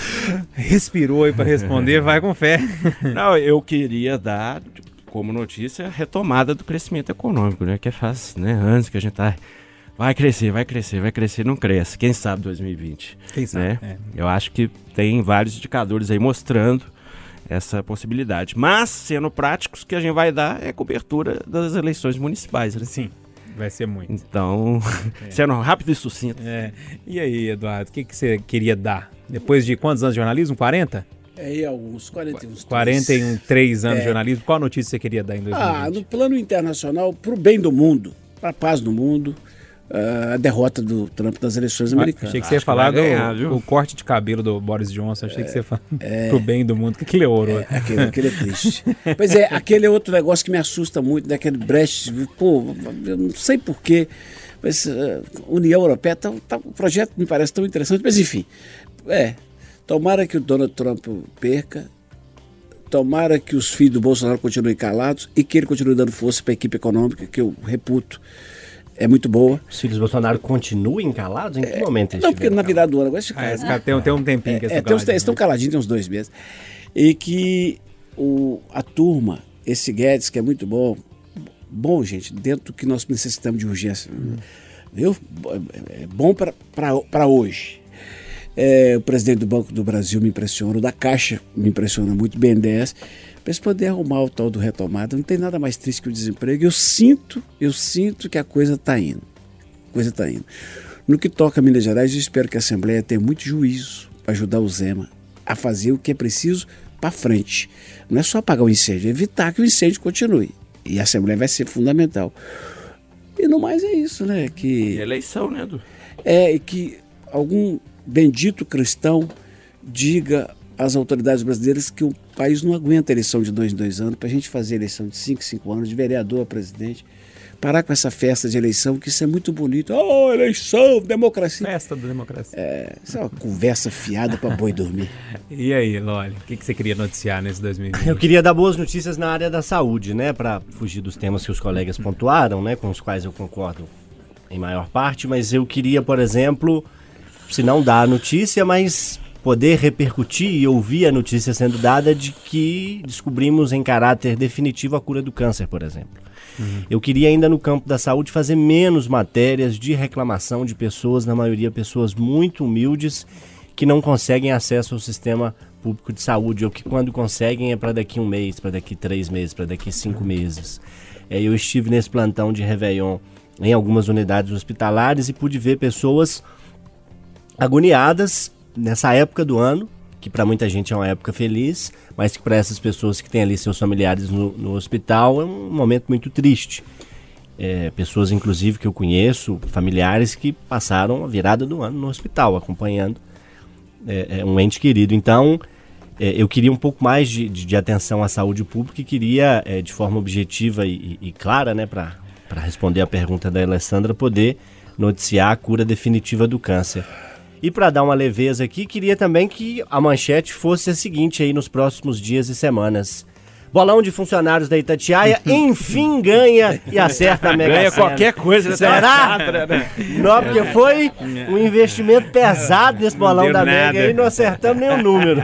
respirou aí para responder, vai com fé. Não, eu queria dar como notícia a retomada do crescimento econômico, né? Que é fácil, né? Antes que a gente tá... Vai crescer, vai crescer, vai crescer, não cresce. Quem sabe dois mil e vinte. Quem sabe, né? é. Eu acho que tem vários indicadores aí mostrando essa possibilidade. Mas, sendo práticos, o que a gente vai dar é cobertura das eleições municipais, né? Sim, vai ser muito. Então, é. sendo rápido e sucinto. É. E aí, Eduardo, o que, que você queria dar? Depois de quantos anos de jornalismo? quarenta? É, e alguns, quarenta e um. quarenta e três anos é. de jornalismo. Qual notícia você queria dar em dois mil e vinte? Ah, no plano internacional, para o bem do mundo, para a paz do mundo, uh, a derrota do Trump nas eleições americanas. Achei que você ia falar do o corte de cabelo do Boris Johnson. Achei é, que você ia falar é, pro bem do mundo. O que, que ele orou? É, aquele, aquele é triste. Pois é, aquele é outro negócio que me assusta muito, daquele Brexit. Pô, eu não sei porquê, mas uh, União Europeia, tá, tá, o projeto me parece tão interessante, mas enfim, é, tomara que o Donald Trump perca, tomara que os filhos do Bolsonaro continuem calados e que ele continue dando força para a equipe econômica, que eu reputo é muito boa. Os filhos do Bolsonaro continuem calados? Em que é, momento eles Não, porque na virada do ano agora ah, esse cara tem, tem um tempinho é, que é, tem uns, eles estão caladinhos, tem uns dois meses. E que o, a turma, esse Guedes, que é muito bom, bom, gente, dentro do que nós necessitamos de urgência, hum. viu? É bom para hoje. É, o presidente do Banco do Brasil me impressiona, o da Caixa me impressiona muito, B N D E S, para eles poderem arrumar o tal do retomada. Não tem nada mais triste que o desemprego. Eu sinto, eu sinto que a coisa está indo. A coisa está indo. No que toca a Minas Gerais, eu espero que a Assembleia tenha muito juízo para ajudar o Zema a fazer o que é preciso para frente. Não é só apagar o incêndio, é evitar que o incêndio continue. E a Assembleia vai ser fundamental. E no mais é isso, né? Que, e eleição, né, Edu? É, que algum bendito cristão diga às autoridades brasileiras que o país não aguenta eleição de dois em dois anos, para a gente fazer eleição de cinco em cinco anos, de vereador a presidente, parar com essa festa de eleição, que isso é muito bonito. Oh, eleição, democracia. Festa da democracia. É, isso é uma conversa fiada para boi dormir. E aí, Loli, o que, que você queria noticiar nesse dois mil e vinte? Eu queria dar boas notícias na área da saúde, né, para fugir dos temas que os colegas pontuaram, né, com os quais eu concordo em maior parte, mas eu queria, por exemplo, se não dar a notícia, mas poder repercutir e ouvir a notícia sendo dada de que descobrimos em caráter definitivo a cura do câncer, por exemplo. Uhum. Eu queria ainda no campo da saúde fazer menos matérias de reclamação de pessoas, na maioria pessoas muito humildes, que não conseguem acesso ao sistema público de saúde, ou que quando conseguem é para daqui um mês, para daqui três meses, para daqui cinco meses. É, eu estive nesse plantão de Réveillon em algumas unidades hospitalares e pude ver pessoas agoniadas nessa época do ano, que para muita gente é uma época feliz, mas que para essas pessoas que têm ali seus familiares no, no hospital é um momento muito triste. É, pessoas, inclusive, que eu conheço, familiares que passaram a virada do ano no hospital, acompanhando é, é, um ente querido. Então, é, eu queria um pouco mais de, de, de atenção à saúde pública e queria, é, de forma objetiva e, e, e clara, né, para responder a pergunta da Alessandra, poder noticiar a cura definitiva do câncer. E para dar uma leveza aqui, queria também que a manchete fosse a seguinte aí nos próximos dias e semanas. Bolão de funcionários da Itatiaia, enfim ganha e acerta a Mega Ganha Sena. qualquer coisa. Será? Não, porque foi um investimento pesado nesse bolão da Mega nada. e não acertamos nenhum número.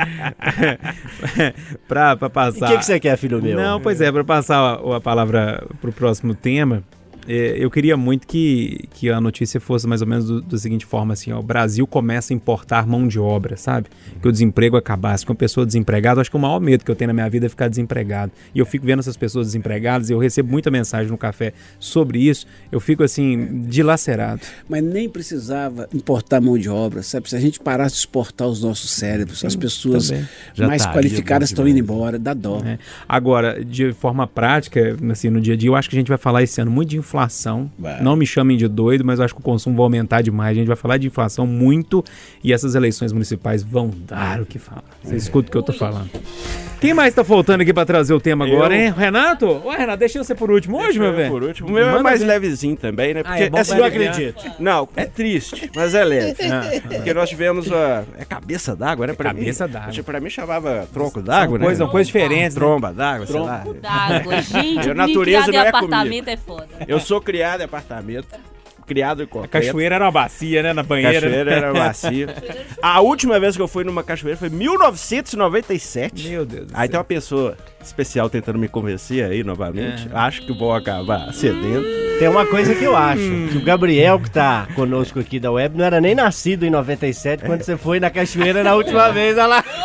pra, pra passar... E o que, que você quer, filho meu? Não, pois é, para passar a, a palavra pro próximo tema... Eu queria muito que, que a notícia fosse mais ou menos do, da seguinte forma, assim, ó, o Brasil começa a importar mão de obra, sabe? Que o desemprego acabasse. Com uma pessoa desempregada, acho que o maior medo que eu tenho na minha vida é ficar desempregado. E eu fico vendo essas pessoas desempregadas, e eu recebo muita mensagem no café sobre isso, eu fico, assim, dilacerado. Mas nem precisava importar mão de obra, sabe? Se a gente parasse de exportar os nossos cérebros, Sim, as pessoas mais qualificadas estão indo embora, dá dó. É. Agora, de forma prática, assim, no dia a dia, eu acho que a gente vai falar esse ano muito de informação. inflação. Vai. Não me chamem de doido, mas eu acho que o consumo vai aumentar demais. A gente vai falar de inflação muito e essas eleições municipais vão dar o que falar. Você escuta o que eu tô falando. Quem mais tá faltando aqui pra trazer o tema agora, Eu. hein? Renato? Ué, Renato, deixa você por último hoje, meu velho. Por último, o meu é Manda mais ver. levezinho também, né? Ah, é bom assim, pra não aliviar. acredito. Não, é triste, mas é leve. Porque nós tivemos a... É cabeça d'água, né? Pra Cabeça mim, d'água. Pra mim chamava tronco d'água, né? Coisa, são coisas diferentes, né? Tromba d'água, sei lá. D'água, gente, A natureza criado em não é apartamento é foda. Eu sou criado em apartamento, criado em A concreto. cachoeira era uma bacia, né? Na banheira. Cachoeira era macia. A última vez que eu fui numa cachoeira foi em mil novecentos e noventa e sete. Meu Deus do Aí céu. tem uma pessoa especial tentando me convencer aí novamente. Acho que vou acabar cedendo. Tem uma coisa que eu acho, que o Gabriel, que tá conosco aqui da web, não era nem nascido em noventa e sete quando você foi na cachoeira na última vez, olha lá.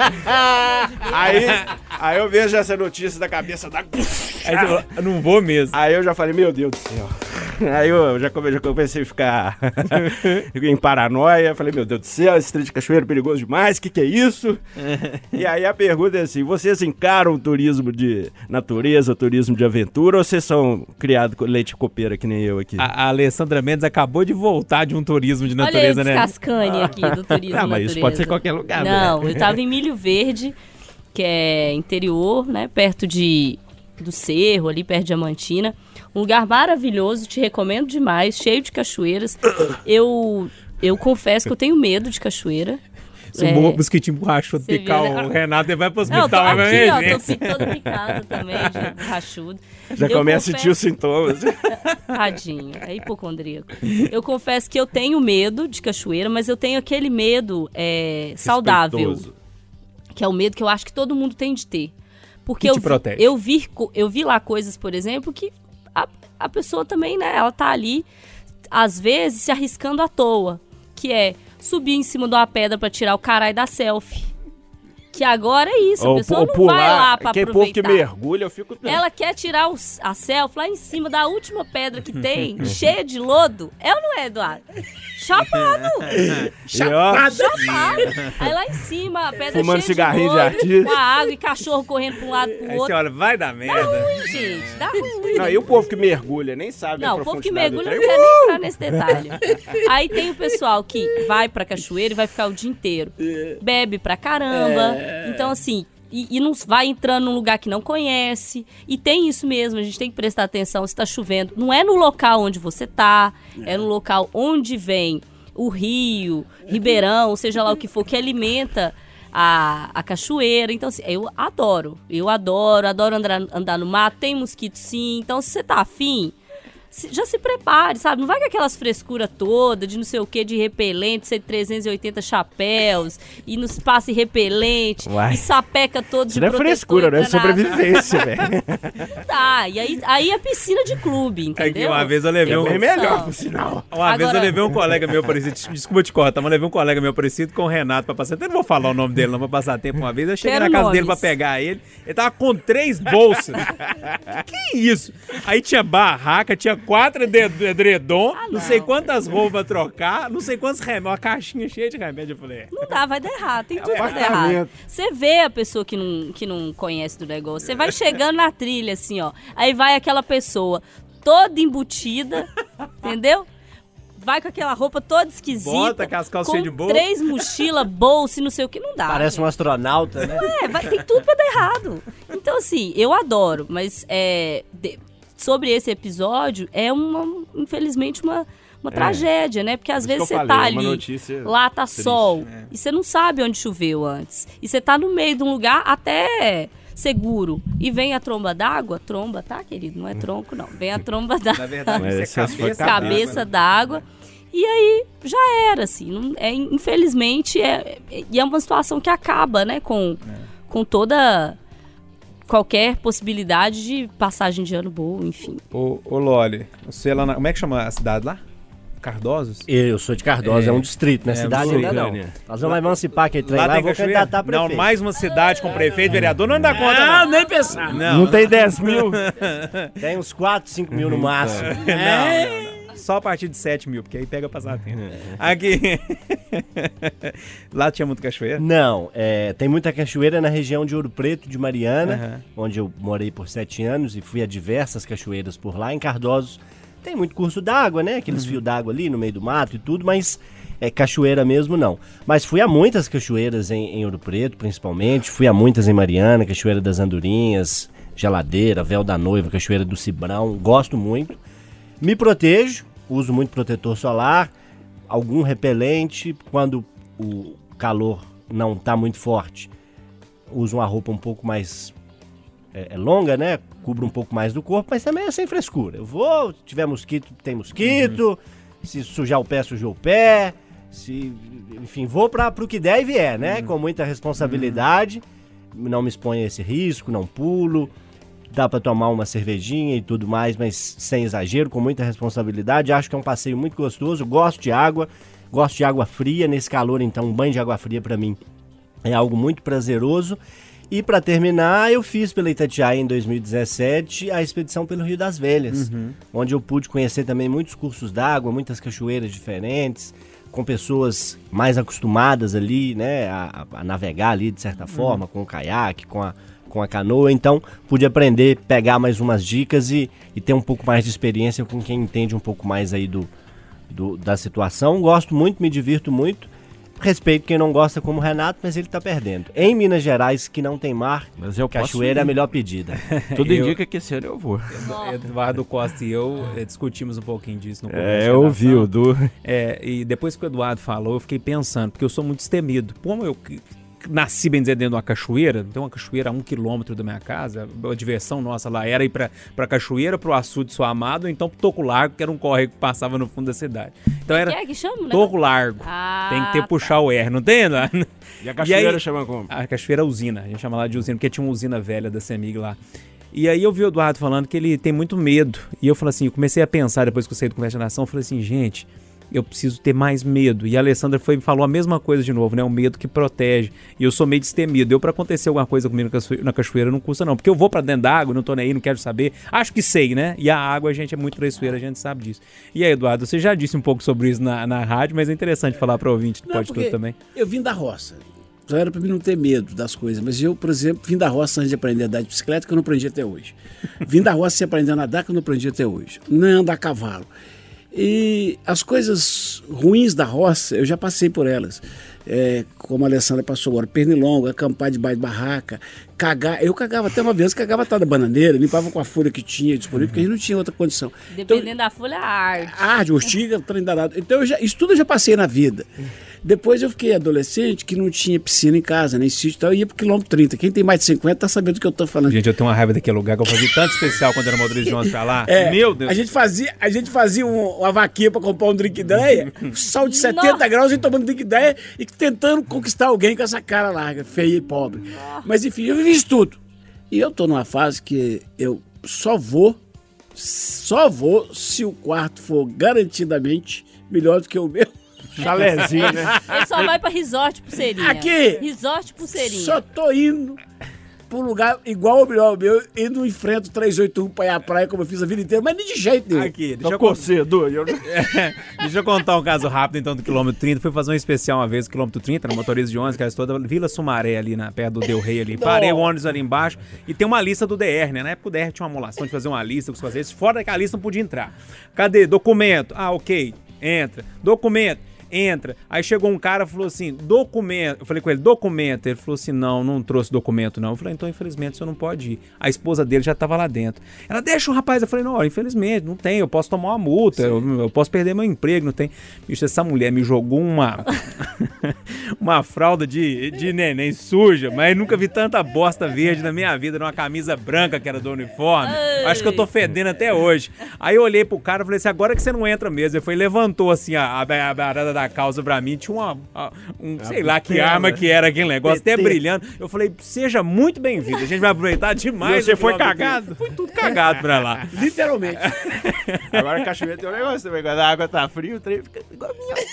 Aí, aí eu vejo essa notícia da cabeça da... Aí você falou, eu não vou mesmo. Aí eu já falei, meu Deus do céu. Aí eu já, come, já comecei a ficar em paranoia. Falei, meu Deus do céu, esse trem de cachoeira é perigoso demais, o que, que é isso? E aí a pergunta é assim, vocês encaram o turismo de natureza, turismo de aventura, ou vocês são criados com leite copeira que nem eu aqui? A, a Alessandra Mendes acabou de voltar de um turismo de Olha natureza, aí o né? descascane aqui do turismo Ah, mas natureza. isso pode ser qualquer lugar, né? Não, eu tava em Milho Verde, que é interior, né? Perto de, do Cerro, ali perto de Diamantina. Um lugar maravilhoso, te recomendo demais, cheio de cachoeiras. Eu, eu confesso que eu tenho medo de cachoeira. Se o mosquitinho borrachudo Você picar viu, né? o Renato, ele vai pro Não, eu tô hospital. vai aqui, ó, ver. tô pi- toda picada também, de borrachudo. Já Eu começa a sentir os confesso- sintomas. Tadinho, é hipocondríaco. Eu confesso que eu tenho medo de cachoeira, mas eu tenho aquele medo é, saudável. Respeitoso. Que é o medo que eu acho que todo mundo tem de ter. Porque Que eu, te vi- protege. eu, vi, co- eu vi lá coisas, por exemplo, que a, a pessoa também, né, ela tá ali, às vezes, se arriscando à toa. Que é subir em cima de uma pedra pra tirar o caralho da selfie. Que agora é isso, a Ou, pessoa ou não pular, vai lá pra aquele povo que aproveitar. mergulha, eu fico... Ela quer tirar os- a selfie lá em cima da última pedra que tem, cheia de lodo. É ou não é, Eduardo? Chapado! Chapado! Chapado! Aí lá em cima, a pedra Fumando cheia cigarrinho de de lodo, artista. com a água e cachorro correndo pra um lado pro Aí você outro. olha, vai dar Dá merda. ruim, gente. Dá ruim. Não, e o povo que mergulha, nem sabe a Não, o povo que profundidade mergulha do não trem. quer nem entrar nesse detalhe. Aí tem o pessoal que vai pra cachoeira e vai ficar o dia inteiro. Bebe pra caramba. Então, assim, e, e não vai entrando num lugar que não conhece. E tem isso mesmo, a gente tem que prestar atenção se tá chovendo. Não é no local onde você tá, é no local onde vem o rio, ribeirão, seja lá o que for, que alimenta a, a cachoeira. Então, assim, eu adoro. Eu adoro, adoro andar, andar no mato. Tem mosquito, sim. Então, se você tá afim, se- já se prepare, sabe? Não vai com aquelas frescuras todas de não sei o que, de repelente, ser trezentos e oitenta chapéus, e nos passe repelente, Uai. e sapeca todo Isso de não é protetor frescura, não é entra na- sobrevivência, velho. Tá, e aí, aí é piscina de clube, É entendeu? que uma vez eu levei um... É Tem melhor, opção. por sinal. Uma vez eu Agora- levei um colega meu parecido, desculpa te cortar, mas eu levei um colega meu parecido com o Renato pra passar tempo. Eu não vou falar o nome dele não, pra passar tempo uma vez. Eu cheguei Quero na casa nomes. dele pra pegar ele, ele tava com três bolsas. Que isso? Aí tinha barraca, tinha quatro ed- edredom, Ah, não. não. sei quantas roupas pra trocar, não sei quantos remédios, uma caixinha cheia de remédio. Eu falei, é. Não dá, vai dar errado, tem tudo pra dar Apartamento. errado. Você vê a pessoa que não, que não conhece do negócio, você vai chegando na trilha, assim, ó, aí vai aquela pessoa toda embutida, entendeu? Vai com aquela roupa toda esquisita. Bota com as calças cheias de bolsa. três mochilas, bolsa e não sei o que, não dá. Parece um gente. astronauta, né? É, vai, tem tudo pra dar errado. Então, assim, eu adoro, mas é, de- sobre esse episódio, é uma, infelizmente, uma, uma tragédia, né? Porque às Por isso vezes que eu você falei, tá é uma ali, notícia lá tá triste, sol, é. e você não sabe onde choveu antes. E você tá no meio de um lugar até seguro. E vem a tromba d'água, tromba, tá, querido? Não é tronco, não. Vem a tromba Na d'água. verdade, Mas isso é essa foi cabeça, Cabeça d'água. E aí já era, assim. Não, é, infelizmente, é, é, e é uma situação que acaba, né, com, com toda qualquer possibilidade de passagem de ano boa, enfim. Ô, ô Loli, você lá na... Como é que chama a cidade lá? Cardosos? Eu sou de Cardosa, é, É. um distrito, né? É, Cidade não ainda sei, não. né? Nós vamos emancipar aquele trem lá, tem eu vou cachoeira? candidatar a prefeito. Não, mais uma cidade com prefeito, vereador, não dá conta não. nem pensar. Não, Não tem dez mil? Tem uns quatro, cinco mil no máximo. não, não, não. Só a partir de sete mil, porque aí pega passatempo. Aqui. Lá tinha muito cachoeira? Não, é, tem muita cachoeira na região de Ouro Preto, de Mariana, Aham. onde eu morei por sete anos e fui a diversas cachoeiras por lá. Em Cardosos tem muito curso d'água, né? Aqueles uhum. fios d'água ali no meio do mato e tudo, mas é, cachoeira mesmo não. Mas fui a muitas cachoeiras em, em Ouro Preto, principalmente. Fui a muitas em Mariana, Cachoeira das Andorinhas, Geladeira, Véu da Noiva, Cachoeira do Cibrão. Gosto muito. Me protejo, uso muito protetor solar, algum repelente. Quando o calor não está muito forte, uso uma roupa um pouco mais é, é longa, né? Cubro um pouco mais do corpo, mas também é sem frescura. Eu vou, se tiver mosquito, tem mosquito. Uhum. Se sujar o pé, sujou o pé. Se, enfim, vou para o que der e vier, né? Uhum. Com muita responsabilidade. Uhum. Não me exponho a esse risco, não pulo. Dá para tomar uma cervejinha e tudo mais, mas sem exagero, com muita responsabilidade. Acho que é um passeio muito gostoso. Gosto de água, gosto de água fria. Nesse calor, então, um banho de água fria para mim é algo muito prazeroso. E para terminar, eu fiz pela Itatiaia em dois mil e dezessete a expedição pelo Rio das Velhas, uhum. onde eu pude conhecer também muitos cursos d'água, muitas cachoeiras diferentes, com pessoas mais acostumadas ali, né, a, a navegar ali de certa forma, uhum. com o caiaque, com a, com a canoa. Então, pude aprender, pegar mais umas dicas e, e ter um pouco mais de experiência com quem entende um pouco mais aí do, do, da situação. Gosto muito, me divirto muito. Respeito quem não gosta como o Renato, mas ele tá perdendo. Em Minas Gerais, que não tem mar, mas eu cachoeira é a melhor pedida. Tudo eu, indica que esse ano eu vou. Eduardo Costa e eu discutimos um pouquinho disso no começo. É, eu ouvi o Du. É, e depois que o Eduardo falou, eu fiquei pensando, porque eu sou muito destemido. Como eu nasci, bem dizer, dentro de uma cachoeira, tem uma cachoeira a um quilômetro da minha casa, a diversão nossa lá era ir pra, pra cachoeira, pro açude Suamado, ou então pro Toco Largo, que era um córrego que passava no fundo da cidade. Então era que é que chama, né? Toco Largo. Ah, tem que ter tá. puxar o R, não tem? E a cachoeira e aí, chama como? A cachoeira usina, a gente chama lá de usina, porque tinha uma usina velha da CEMIG lá. E aí eu vi o Eduardo falando que ele tem muito medo. E eu falei assim, eu comecei a pensar, depois que eu saí do Conversa da Nação, eu falei assim, gente, eu preciso ter mais medo. E a Alessandra foi, falou a mesma coisa de novo, né? O medo que protege. E eu sou meio destemido. Eu, pra acontecer alguma coisa comigo na cachoeira, não custa não. Porque eu vou pra dentro da água, não tô nem aí, não quero saber. Acho que sei, né? E a água, a gente é muito traiçoeira, a gente sabe disso. E aí, Eduardo, você já disse um pouco sobre isso na, na rádio, mas é interessante falar pro ouvinte do Pode Tudo também. Eu vim da roça. Só era pra mim não ter medo das coisas. Mas eu, por exemplo, vim da roça antes de aprender a andar de bicicleta, que eu não aprendi até hoje. Vim da roça sem aprender a nadar, que eu não aprendi até hoje. Nem andar a cavalo. E as coisas ruins da roça, eu já passei por elas. É, como a Alessandra passou agora, pernilongo, acampar debaixo de barraca, cagar. Eu cagava até uma vez, cagava atrás da bananeira, limpava com a folha que tinha disponível, porque a gente não tinha outra condição. Dependendo então, da folha, arde. Arde, urtiga, trem danado. Então, eu já, isso tudo eu já passei na vida. Depois eu fiquei adolescente que não tinha piscina em casa, nem sítio e tal, eu ia pro quilômetro trinta. Quem tem mais de cinquenta tá sabendo do que eu tô falando. Gente, eu tenho uma raiva daquele lugar que eu fazia tanto especial quando era motorista de ônibus pra lá. É, Meu Deus. A gente fazia, a gente fazia um, uma vaquinha pra comprar um drink ideia, sol de setenta Nossa. graus, a gente tomando drink ideia e tentando conquistar alguém com essa cara larga, feia e pobre. Nossa. Mas enfim, eu vivi isso tudo. E eu tô numa fase que eu só vou, só vou se o quarto for garantidamente melhor do que o meu. Chalézinho, né? Ele só vai pra resort Pulseirinha. Aqui! Resort Pulseirinha. Só tô indo pra um lugar igual ao melhor meu e não enfrento trezentos e oitenta e um pra ir à praia como eu fiz a vida inteira, mas nem de jeito nenhum. Aqui, deixa eu, contar... eu... é, deixa eu contar um caso rápido então do quilômetro trinta. Fui fazer um especial uma vez, quilômetro trinta, no motorista de ônibus, que era toda Vila Sumaré ali, na, perto do Del Rey ali. Parei o ônibus ali embaixo e tem uma lista do D R, né? Na época o D R tinha uma amolação de fazer uma lista, o que fazer. Fora daquela lista não podia entrar. Cadê? Documento. Ah, ok. Entra. Documento. Entra. Aí chegou um cara e falou assim, documento. Eu falei com ele, documento. Ele falou assim, não, não trouxe documento não. Eu falei, então infelizmente você não pode ir. A esposa dele já estava lá dentro. Ela, deixa o rapaz. Eu falei, não, infelizmente, não tem. Eu posso tomar uma multa, eu, eu posso perder meu emprego, não tem. Bicho, essa mulher me jogou uma uma fralda de, de neném suja, mas nunca vi tanta bosta verde na minha vida, numa camisa branca que era do uniforme. Ai. Acho que eu tô fedendo até hoje. Aí eu olhei pro cara e falei assim, agora que você não entra mesmo. Ele foi, levantou assim a, a, a barada da causa pra mim, tinha uma, um, sei lá que arma que era aquele negócio, até brilhando. Eu falei, seja muito bem-vindo, a gente vai aproveitar demais. E você foi cagado? Foi tudo cagado pra lá. Literalmente. Agora a cachoeira tem um negócio também, quando a água tá fria, o trem fica igual a minha.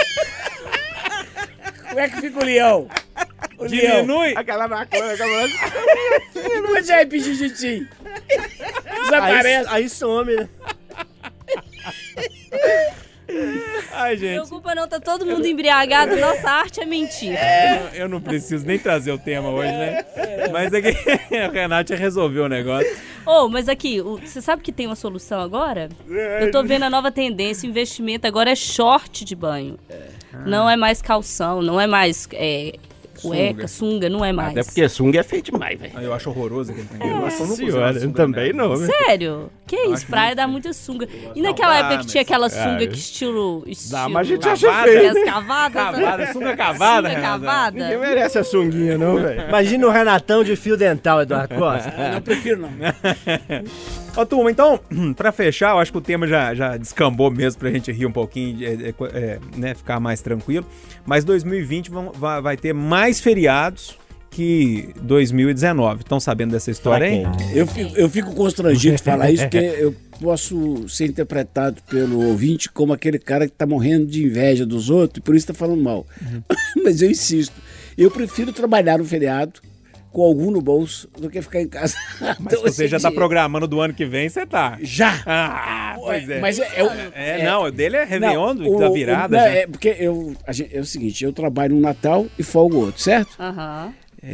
Como é que fica o leão? O Diminui. Leão. Aquela macona, aquela... Onde é, pichichitim? Desaparece. Aí, aí some, né? Ai, Não gente. preocupa não, tá todo mundo embriagado. Nossa arte é mentira. É, eu não preciso nem trazer o tema hoje, né? Mas aqui a Renata resolveu o negócio. Ô, oh, mas aqui, o- você sabe que tem uma solução agora? Eu tô vendo a nova tendência, o investimento agora é short de banho. Não é mais calção, não é mais é, cueca, sunga, não é mais. Até porque sunga é feio demais, velho. Eu acho horroroso aquele negócio. Nossa Eu não consigo senhora, usar eu sunga, também né? não, velho. Sério? Que isso? Praia dá muita sunga. E naquela Não, época dá, que tinha mas- aquela sunga Ah, que estilo... estilo Dá, mas a gente acha Cavada? feio, As né? cavadas? Cavada, sunga cavada, Sunga Renata. cavada? Ninguém merece a sunguinha, não, velho. Imagina o Renatão de fio dental, Eduardo Costa. Não prefiro, não. Ó, turma, então, pra fechar, eu acho que o tema já, já descambou mesmo pra gente rir um pouquinho, é, é, é, né, ficar mais tranquilo. Mas dois mil e vinte vão, vai, vai ter mais feriados que dois mil e dezenove. Estão sabendo dessa história, hein? Eu fico, eu fico constrangido de falar isso, porque eu posso ser interpretado pelo ouvinte como aquele cara que tá morrendo de inveja dos outros e por isso tá falando mal. Mas eu insisto, eu prefiro trabalhar no feriado com algum no bolso do que ficar em casa. Mas se você já tá programando do ano que vem, você tá. Já! Ah, pois é. Mas é, é, o- É, não, o dele é Réveillon não, do- da o- virada. o- não, já. é porque eu, a gente- é o seguinte, eu trabalho no Natal e folgo outro, certo? Aham.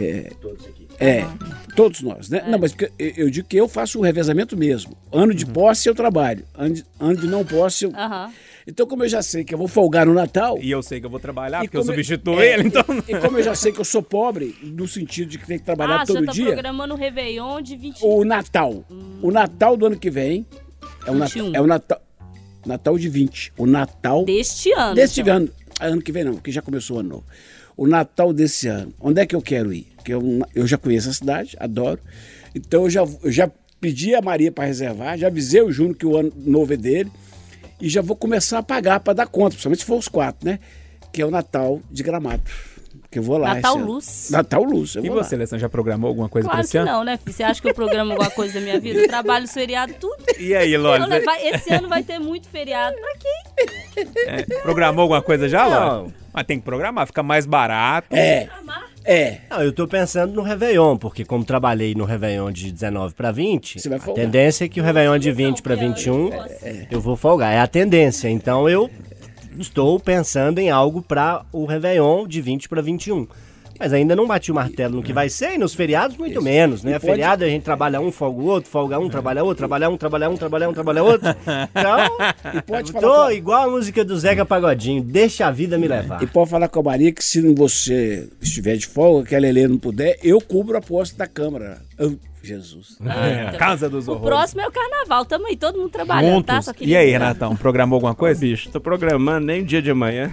É, todos nós, né? Não, mas porque eu, eu digo que eu faço o revezamento mesmo. Ano de posse eu trabalho, ano de, ano de não posse eu... Aham. Então, como eu já sei que eu vou folgar no Natal... E eu sei que eu vou trabalhar, e porque eu como substituo é, ele, então... E como eu já sei que eu sou pobre, no sentido de que tem que trabalhar Ah, já todo tá dia... programando o Réveillon de vinte... O Natal. O Natal do ano que vem é o, vinte e um. Natal, é o Natal... Natal de vinte. O Natal... Deste ano. Deste então. ano. Ah, Ano que vem não, porque já começou o ano novo. O Natal desse ano. Onde é que eu quero ir? Porque eu, eu já conheço a cidade, adoro. Então eu já, eu já pedi a Maria para reservar, já avisei o Júnior que o ano novo é dele e já vou começar a pagar para dar conta, principalmente se for os quatro, né? Que é o Natal de Gramado. Que eu vou lá. Natal esse ano. Luz. Natal Luz. Eu E vou lá. você, Alessandra, já programou alguma coisa Claro pra esse que ano? não, né, filho? Você acha que eu programo alguma coisa da minha vida? Eu trabalho feriado, tudo. E aí, Não, Loli, né, você vai- esse ano vai ter muito feriado. Pra quê? é, programou alguma coisa já, Não. Loli? Mas tem que programar, fica mais barato. É. É. Não, eu tô pensando no Réveillon, porque como trabalhei no Réveillon de dezenove para vinte, Você vai a folgar. tendência é que o Réveillon de vinte para vinte e um eu vou folgar. É a tendência. Então eu estou pensando em algo para o Réveillon de vinte para vinte e um. Mas ainda não bati o martelo no que vai ser, e nos feriados muito menos, né? E pode- Feriado a gente trabalha um, folga o outro, folga um, trabalha outro, trabalha um, trabalha um, trabalha um, trabalha outro. Então, E pode eu falar tô com- igual a música do Zeca Pagodinho, deixa a vida me levar. E pode falar com a Maria que se você estiver de folga, que a Lelê não puder, eu cubro a posse da Câmara. Eu- Jesus. É, Casa dos O Horrores. próximo é o carnaval. Tamo aí, todo mundo trabalhando, tá? Juntos. Só queria E aí, avisar. Renatão, programou alguma coisa? Bicho, tô programando nem o dia de amanhã.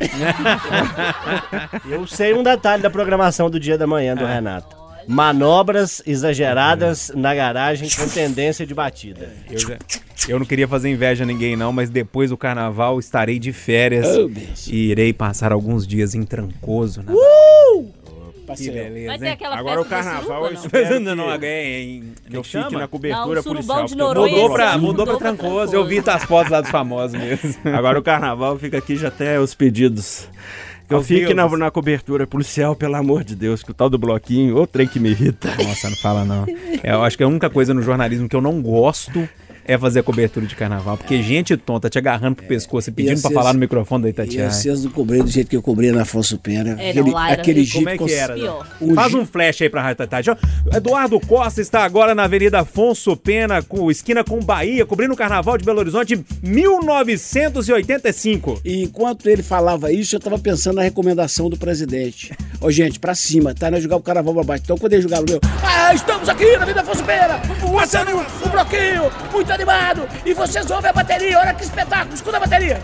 Eu sei um detalhe da programação do dia da manhã do Renato. Manobras exageradas na garagem com tendência de batida. Eu, já- eu não queria fazer inveja a ninguém, não, mas depois do carnaval estarei de férias Oh, Deus. e irei passar alguns dias em Trancoso. Na... Que Passeio. beleza, Vai ter hein? aquela Agora festa o carnaval da eu suruba, espero Não, não, que- não, é em... Que eu que fique chama? na cobertura Não, o surubão policial. de porque eu Noronha Mudou esse pra, ano mudou pra mudou pra Trancoso. Eu vi as fotos lá dos famosos mesmo. Agora o carnaval fica aqui já até os pedidos. Que eu Ao fique na, Deus. na cobertura policial, pelo amor de Deus, que o tal do bloquinho, ô trem que me irrita. Nossa, não fala não. É, eu acho que a única coisa no jornalismo que eu não gosto é fazer a cobertura de carnaval. Porque gente tonta te agarrando pro pescoço e pedindo Ia pra ser- falar no microfone da E Itatiaia. vocês não cobriram do jeito que eu cobria na Afonso Pena. É, aquele não, lá era- aquele como jeito é que cons- era, né? Pior. um Faz jeito- um flash aí pra Rádio Tati. Ó, Eduardo Costa está agora na Avenida Afonso Pena, com esquina com Bahia, cobrindo o Carnaval de Belo Horizonte mil novecentos e oitenta e cinco. E enquanto ele falava isso, eu tava pensando na recomendação do presidente. Ô, gente, pra cima, tá? Não é jogar o carnaval pra baixo. Então, quando ele jogar o meu... Ah, estamos aqui na Avenida Afonso Pena, passando o bloquinho, muito animado. E vocês ouvem a bateria, olha que espetáculo, escuta a bateria.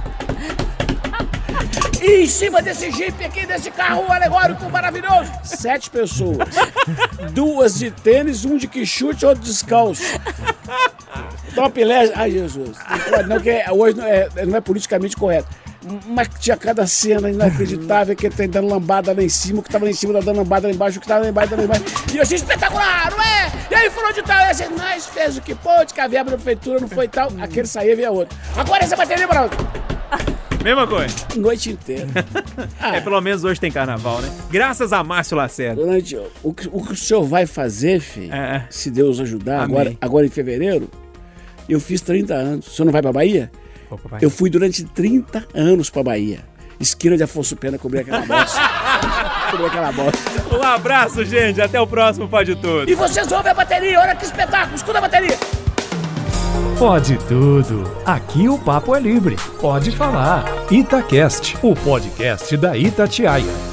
E em cima desse jipe aqui, desse carro alegórico maravilhoso, sete pessoas. Duas de tênis, um de quichute, outro descalço. Top leste. Ai, Jesus. Não pode não, que é- hoje não é, não é politicamente correto. Mas tinha cada cena inacreditável que ele tá dando lambada lá em cima, o que tava lá em cima tá dando lambada lá embaixo, o que tava lá embaixo, lá embaixo. E eu achei espetacular, não é? E aí falou de tal, esse nós fez o que pôde, que a verba da prefeitura não foi tal, aquele saía e via outro. Agora essa bateria, Brasil. Mesma coisa. Noite inteira. É, pelo menos hoje tem carnaval, né? Graças a Márcio Lacerda. Durante o, que, o que o senhor vai fazer, filho, É. se Deus ajudar, Amém. agora, agora em fevereiro, eu fiz trinta anos. O senhor não vai pra Bahia? papai. Eu fui durante trinta anos pra Bahia. Esquina de Afonso Pena, cobrir aquela bosta. cobrir aquela bosta. Um abraço, gente. Até o próximo Pode Tudo. E vocês ouvem a bateria, olha que espetáculo. Escuta a bateria. Pode tudo. Aqui o papo é livre. Pode falar. Itacast, o podcast da Itatiaia.